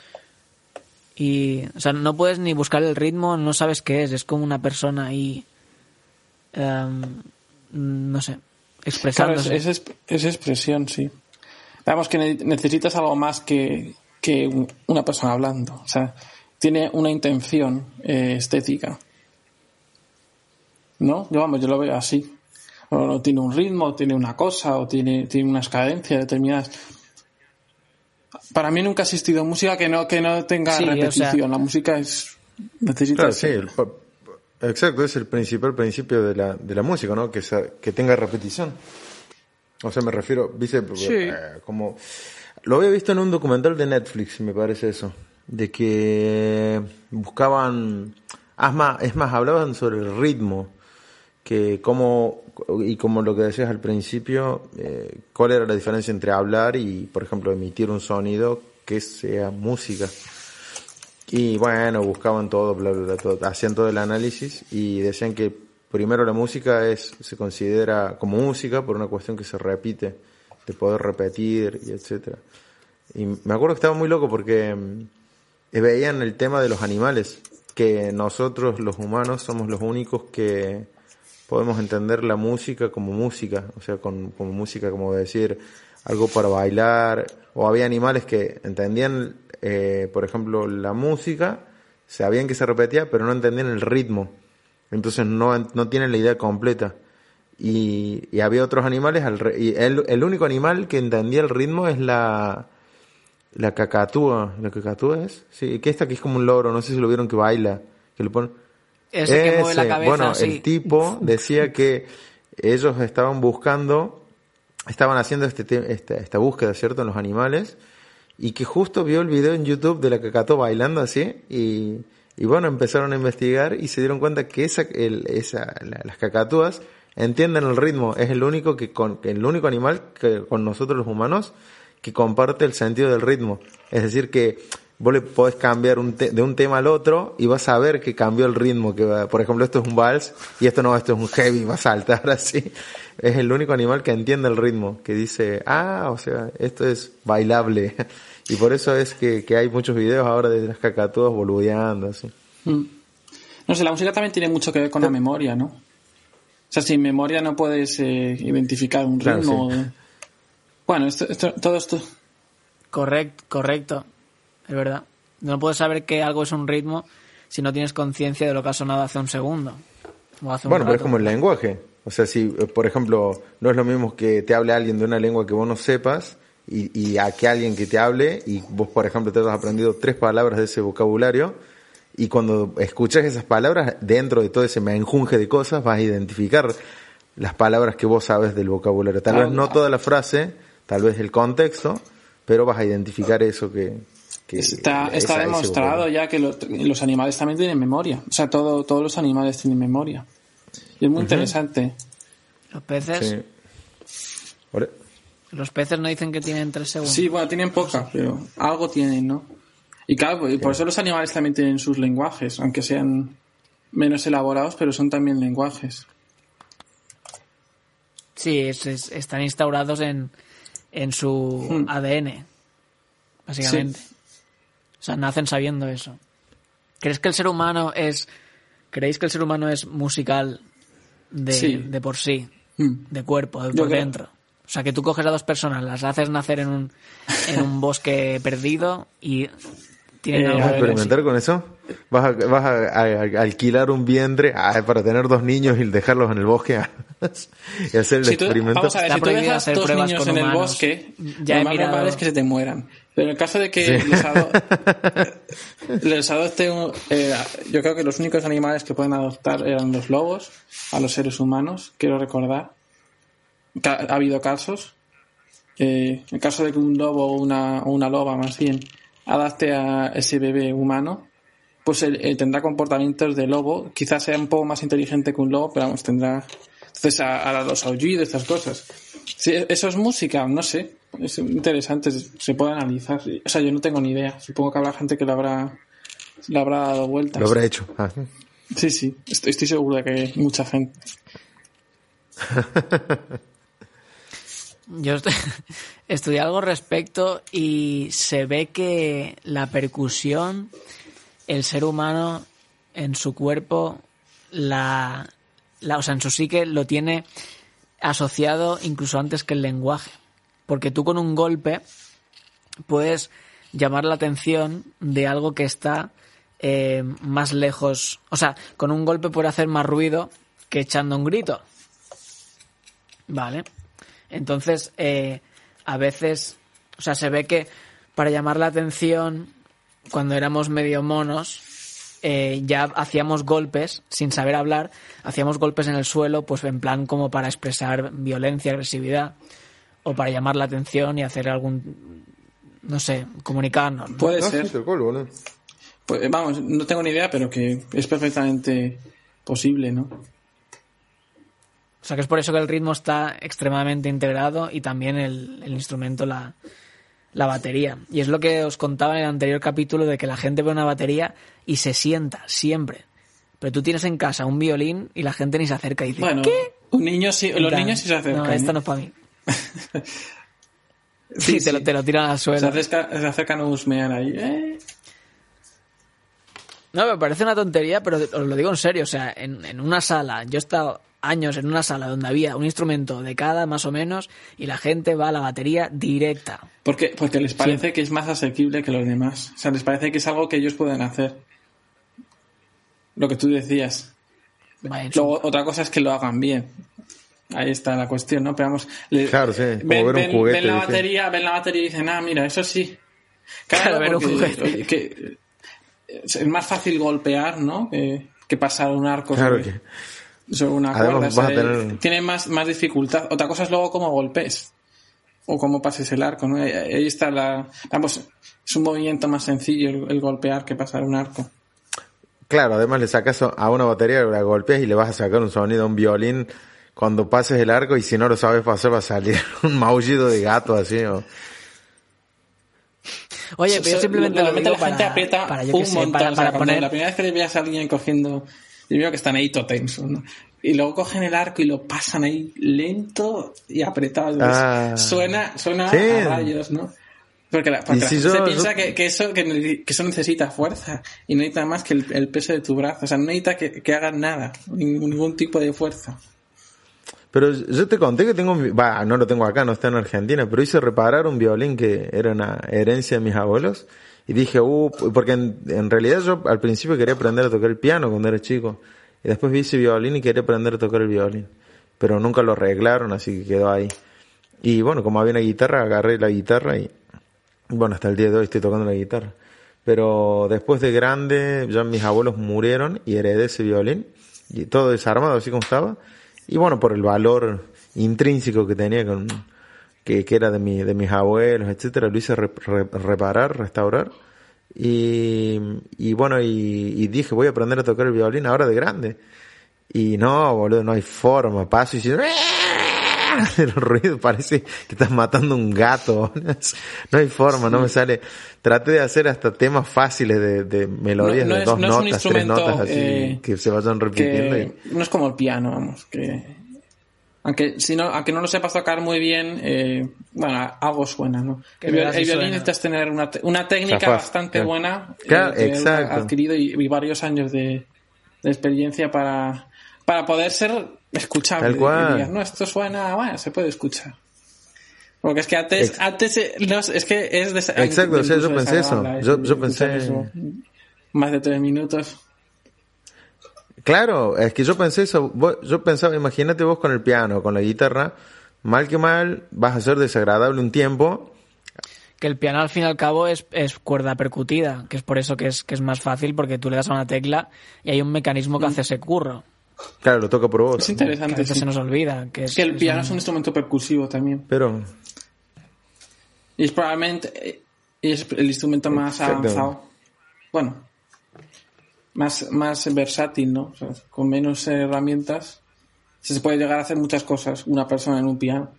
Y, o sea, no puedes ni buscar el ritmo, no sabes qué es, es como una persona ahí, um, no sé, expresándose. Claro, es, es, es expresión, sí. Digamos que necesitas algo más que, que una persona hablando. O sea, tiene una intención eh, estética. ¿No? Yo, vamos, yo lo veo así. O no tiene un ritmo, o tiene una cosa, o tiene, tiene unas cadencias determinadas. Para mí nunca ha existido música que no, que no tenga sí, repetición. O sea, la música es... necesita... Claro, sí, el, exacto, es el principal principio de la, de la música, ¿no? Que, sea, que tenga repetición. O sea, me refiero, viste, sí. eh, como... Lo había visto en un documental de Netflix, me parece eso. De que buscaban... Es más, es más, hablaban sobre el ritmo. Que como, y como lo que decías al principio, eh, cuál era la diferencia entre hablar y, por ejemplo, emitir un sonido que sea música. Y bueno, buscaban todo, bla, bla, bla, todo, hacían todo el análisis y decían que primero la música es, se considera como música por una cuestión que se repite, de poder repetir y etcétera. Y me acuerdo que estaba muy loco porque eh, veían el tema de los animales, que nosotros los humanos somos los únicos que podemos entender la música como música, o sea, con, como música, como decir, algo para bailar, o había animales que entendían, eh, por ejemplo, la música, sabían que se repetía, pero no entendían el ritmo, entonces no, no tienen la idea completa. Y, y había otros animales, al re, y el, el único animal que entendía el ritmo es la, la cacatúa, ¿la cacatúa es? Sí, que esta que es como un loro, no sé si lo vieron que baila, que le ponen... Ese, Ese que mueve la cabeza, bueno, sí. El tipo decía que ellos estaban buscando, estaban haciendo este, esta, esta búsqueda, ¿cierto?, en los animales, y que justo vio el video en YouTube de la cacatúa bailando así, y, y bueno, empezaron a investigar y se dieron cuenta que esa, el, esa, la, las cacatúas entienden el ritmo, es el único que con, el único animal que con nosotros los humanos que comparte el sentido del ritmo, es decir que vos le podés cambiar un te- de un tema al otro y vas a ver que cambió el ritmo. Que va, por ejemplo, esto es un vals y esto no, esto es un heavy, va a saltar así. Es el único animal que entiende el ritmo, que dice, ah, o sea, esto es bailable. Y por eso es que, que hay muchos videos ahora de las cacatúas boludeando, así. Mm. No sé, la música también tiene mucho que ver con la memoria, ¿no? O sea, sin memoria no puedes eh, identificar un ritmo. Claro, sí. Bueno, esto, esto, todo esto... Correcto, correcto. Es verdad. No puedes saber que algo es un ritmo si no tienes conciencia de lo que ha sonado hace un segundo. O hace un Bueno, pero es rato. como el lenguaje. O sea, si, por ejemplo, no es lo mismo que te hable alguien de una lengua que vos no sepas y, y a que alguien que te hable y vos, por ejemplo, te has aprendido tres palabras de ese vocabulario y cuando escuchas esas palabras, dentro de todo ese menjunje de cosas, vas a identificar las palabras que vos sabes del vocabulario. Tal Ah, vez no toda la frase, tal vez el contexto, pero vas a identificar eso que... que Está, esa- está ese demostrado vocabulario. ya que lo- los animales también tienen memoria. O sea, todo, todos los animales tienen memoria. Y es muy interesante. Los peces, Sí. Ore- los peces no dicen que tienen tres segundos. Sí, bueno, tienen poca, pero algo tienen, ¿no? Y claro, y por eso los animales también tienen sus lenguajes, aunque sean menos elaborados, pero son también lenguajes. Sí, es- es- están instaurados en, en su Hmm. A D N, básicamente. O sea, nacen sabiendo eso. ¿Crees que el ser humano es... ¿Creéis que el ser humano es musical de, Sí. de por sí? Mm. De cuerpo, de Yo por creo- dentro. O sea, que tú coges a dos personas, las haces nacer en un, en un bosque perdido y tienen Eh, algo ¿Vas a a ver, experimentar con eso? ¿Vas a, vas a, a- a alquilar un vientre ah, para tener dos niños y dejarlos en el bosque y hacer el Si tú, experimento? vamos a ver, Está si tú prohibido dejas hacer dos pruebas niños con en el humanos. bosque, Ya he lo más mirado- normal es que se te mueran. Pero en el caso de que Sí. les, ado- les adopte un- eh, yo creo que los únicos animales que pueden adoptar eran los lobos a los seres humanos, quiero recordar. Ca- Ha habido casos. Eh, en caso de que un lobo o una, o una loba, más bien, adapte a ese bebé humano, pues él, él tendrá comportamientos de lobo. Quizás sea un poco más inteligente que un lobo, pero vamos, tendrá... Entonces hará los aullidos, estas cosas. Sí, eso es música, no sé. Es interesante, se puede analizar. O sea, yo no tengo ni idea. Supongo que habrá gente que lo habrá, le habrá dado vueltas. Lo habrá hecho. Ah. Sí, sí, estoy, estoy seguro de que hay mucha gente. Yo est- estudié algo al respecto y se ve que la percusión, el ser humano en su cuerpo, la, la, o sea, en su psique lo tiene asociado incluso antes que el lenguaje. Porque tú con un golpe puedes llamar la atención de algo que está eh, más lejos. O sea, con un golpe puede hacer más ruido que echando un grito. Vale. Entonces, eh, a veces, o sea, se ve que para llamar la atención, cuando éramos medio monos, eh, ya hacíamos golpes, sin saber hablar, hacíamos golpes en el suelo, pues en plan como para expresar violencia, agresividad, o para llamar la atención y hacer algún, no sé, comunicarnos, ¿no? Puede No, ser. sí, tal cual, boludo. Pues, vamos, no tengo ni idea, pero que es perfectamente posible, ¿no? O sea que es por eso que el ritmo está extremadamente integrado y también el, el instrumento, la, la batería. Y es lo que os contaba en el anterior capítulo de que la gente ve una batería y se sienta siempre. Pero tú tienes en casa un violín y la gente ni se acerca y dice, Bueno, ¿qué? un niño sí, En los plan, niños sí se acercan. No, esto ¿eh? no es para mí. Sí, te, Lo, te lo tiran al se, suelo. acerca- se acercan a husmear ahí. ¿eh? No, me parece una tontería, pero os lo digo en serio. O sea, en, en una sala, yo he estado años en una sala donde había un instrumento de cada más o menos y la gente va a la batería directa. Porque, porque les parece que es más asequible que los demás. O sea, les parece que es algo que ellos pueden hacer. Lo que tú decías. Vale, en su- Luego, otra cosa es que lo hagan bien. Ahí está la cuestión, ¿no? Pero vamos, le- Claro, sí, como ven, ver un ven- juguete, ven la dice. batería, ven la batería y dicen, ah, mira, eso sí. Claro, ver un porque, juguete. oye, que es más fácil golpear, ¿no? Que, que pasar un arco Claro sobre, que... sobre una Además, cuerda. vas a o sea, tener- Tiene más, más dificultad. Otra cosa es luego cómo golpes. O cómo pases el arco, ¿no? Ahí, ahí está la... Vamos, es un movimiento más sencillo el, el golpear que pasar un arco. Claro, además le sacas a una batería, la golpeas y le vas a sacar un sonido a un violín cuando pases el arco y si no lo sabes pasar va a salir un maullido de gato así. O... Oye, pero yo simplemente lo realmente digo la gente para, aprieta para, yo un qué sé, montón. para, O sea, para cuando poner... la primera vez que veas a alguien cogiendo, primero que están ahí todo tensos, ¿no? Y luego cogen el arco y lo pasan ahí lento y apretado. Ah. Suena, suena Sí. a rayos, ¿no? Porque la, porque Y la si gente yo- se piensa yo- que, que, eso, que, ne- que eso necesita fuerza y no necesita más que el, el peso de tu brazo. O sea, no necesita que, que hagan nada, ningún, ningún tipo de fuerza. Pero yo te conté que tengo, un vi- va, no lo tengo acá, no está en Argentina, pero hice reparar un violín que era una herencia de mis abuelos y dije, uh, porque en, en realidad yo al principio quería aprender a tocar el piano cuando era chico y después vi ese violín y quería aprender a tocar el violín, pero nunca lo arreglaron, así que quedó ahí. Y bueno, como había una guitarra, agarré la guitarra y bueno, hasta el día de hoy estoy tocando la guitarra. Pero después de grande, ya mis abuelos murieron y heredé ese violín y todo desarmado así como estaba. Y bueno, por el valor intrínseco que tenía con, que, que era de mi, de mis abuelos, etcétera, lo hice re- re- reparar, restaurar. Y, y bueno, y, y dije, voy a aprender a tocar el violín ahora de grande. Y no, boludo, no hay forma. Paso y si el ruido parece que estás matando un gato. No hay forma, no me sale. Traté de hacer hasta temas fáciles de, de melodías No- no de es- dos no es un notas, tres instrumento, notas así eh, que se vayan repitiendo. Que no es como el piano, vamos, que aunque si no, aunque no lo sepas tocar muy bien, eh, bueno, algo suena, ¿no? Que El, verás el si violín suena. necesitas tener una, te- una técnica Zafás, bastante claro. buena, Claro, tener exacto. adquirido y, y varios años de, de experiencia para, para poder ser escuchable. Tal cual. Que digas, no, esto suena, bueno, se puede escuchar. Porque es que antes, Ex- antes eh, no, es que es des- Exacto, o sea, yo incluso pensé eso. desagradable, Yo- eh, yo escuchar pensé- eso más de tres minutos. Claro, es que yo pensé eso, vos- yo pensaba, imagínate vos con el piano, con la guitarra, mal que mal, vas a ser desagradable un tiempo. Que el piano al fin y al cabo es, es cuerda percutida, que es por eso que es, que es más fácil, porque tú le das a una tecla y hay un mecanismo que hace ese curro. Claro, lo toca por vos. Es Que a interesante. veces Sí. se nos olvida. Que es, Es que el es piano un- es un instrumento percusivo también. Pero, Y es probablemente eh, es el instrumento más Exacto. avanzado. Bueno, más, más versátil, ¿no? O sea, con menos herramientas se puede llegar a hacer muchas cosas una persona en un piano.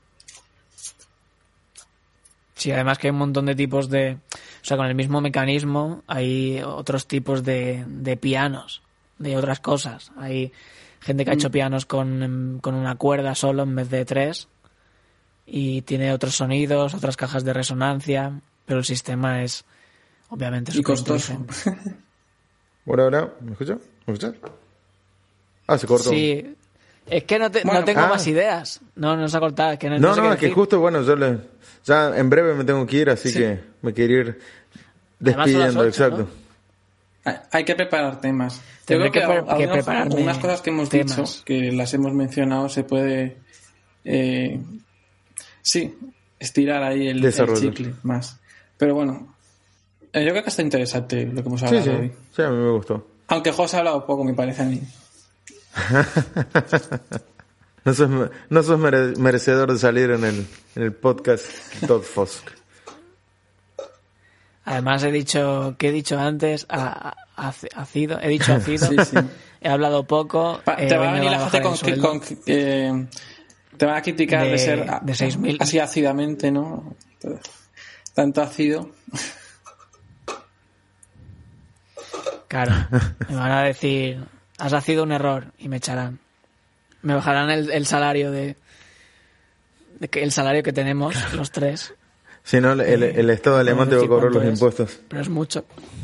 Sí, además que hay un montón de tipos de... O sea, con el mismo mecanismo hay otros tipos de, de pianos, de otras cosas. Hay gente que ha hecho pianos con, con una cuerda solo en vez de tres y tiene otros sonidos, otras cajas de resonancia, pero el sistema es obviamente Y súper costoso. inteligente. bueno, ahora, ¿me escuchas? ¿Me escuchas? Ah, se cortó. Sí, es que no, te- Bueno, no tengo ah. más ideas. No, no se ha cortado. Es que no, No, no sé no, qué es que decir. justo, bueno, yo le, ya en breve me tengo que ir, así Sí. que me quiero ir Además son las despidiendo, ocho, exacto. ¿no? Hay, hay que preparar temas. Yo Tendré creo que, que pre- que algunas, prepararme algunas cosas que hemos temas. dicho, que las hemos mencionado, se puede eh, sí, estirar ahí el, el Desarrollar. chicle más. Pero bueno, eh, yo creo que está interesante lo que hemos Sí, hablado sí, hoy. sí, a mí me gustó. Aunque José ha hablado poco, me parece a mí. No sos, me- no sos mere- merecedor de salir en el, en el podcast Todd Fosk. Además he dicho, ¿qué he dicho antes? Ha, ha, ha sido, he dicho ácido, Sí, sí. he hablado poco. Pa- eh, te hoy va a me venir van la a gente bajar con, el con, sueldo. eh, te van a criticar de, De- ser de seis mil. así ácidamente, ¿no? Tanto ácido. Claro, me van a decir, has sido un error y me echarán. Me bajarán el, el salario de, de que el salario que tenemos los tres, Si no, el, el, el Estado alemán te va a decir cobrar los cuánto es. impuestos. pero es mucho.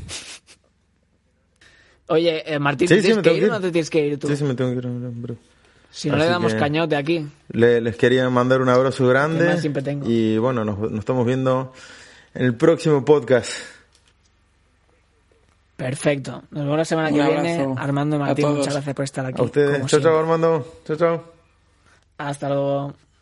Oye, eh, Martín, Sí, ¿te sí, tienes me que tengo ir que o ir. no te tienes que ir tú? Sí, sí, me tengo que ir. Bro. Si no le Así damos que- cañote aquí. Le- les quería mandar un abrazo Que grande. más siempre tengo. Y bueno, nos, nos estamos viendo en el próximo podcast. Perfecto. Nos vemos la semana Un que abrazo viene. Armando y a Martín, todos. muchas gracias por estar aquí. A ustedes. como Chao, chao, siempre. Armando. Chao, chao. Hasta luego.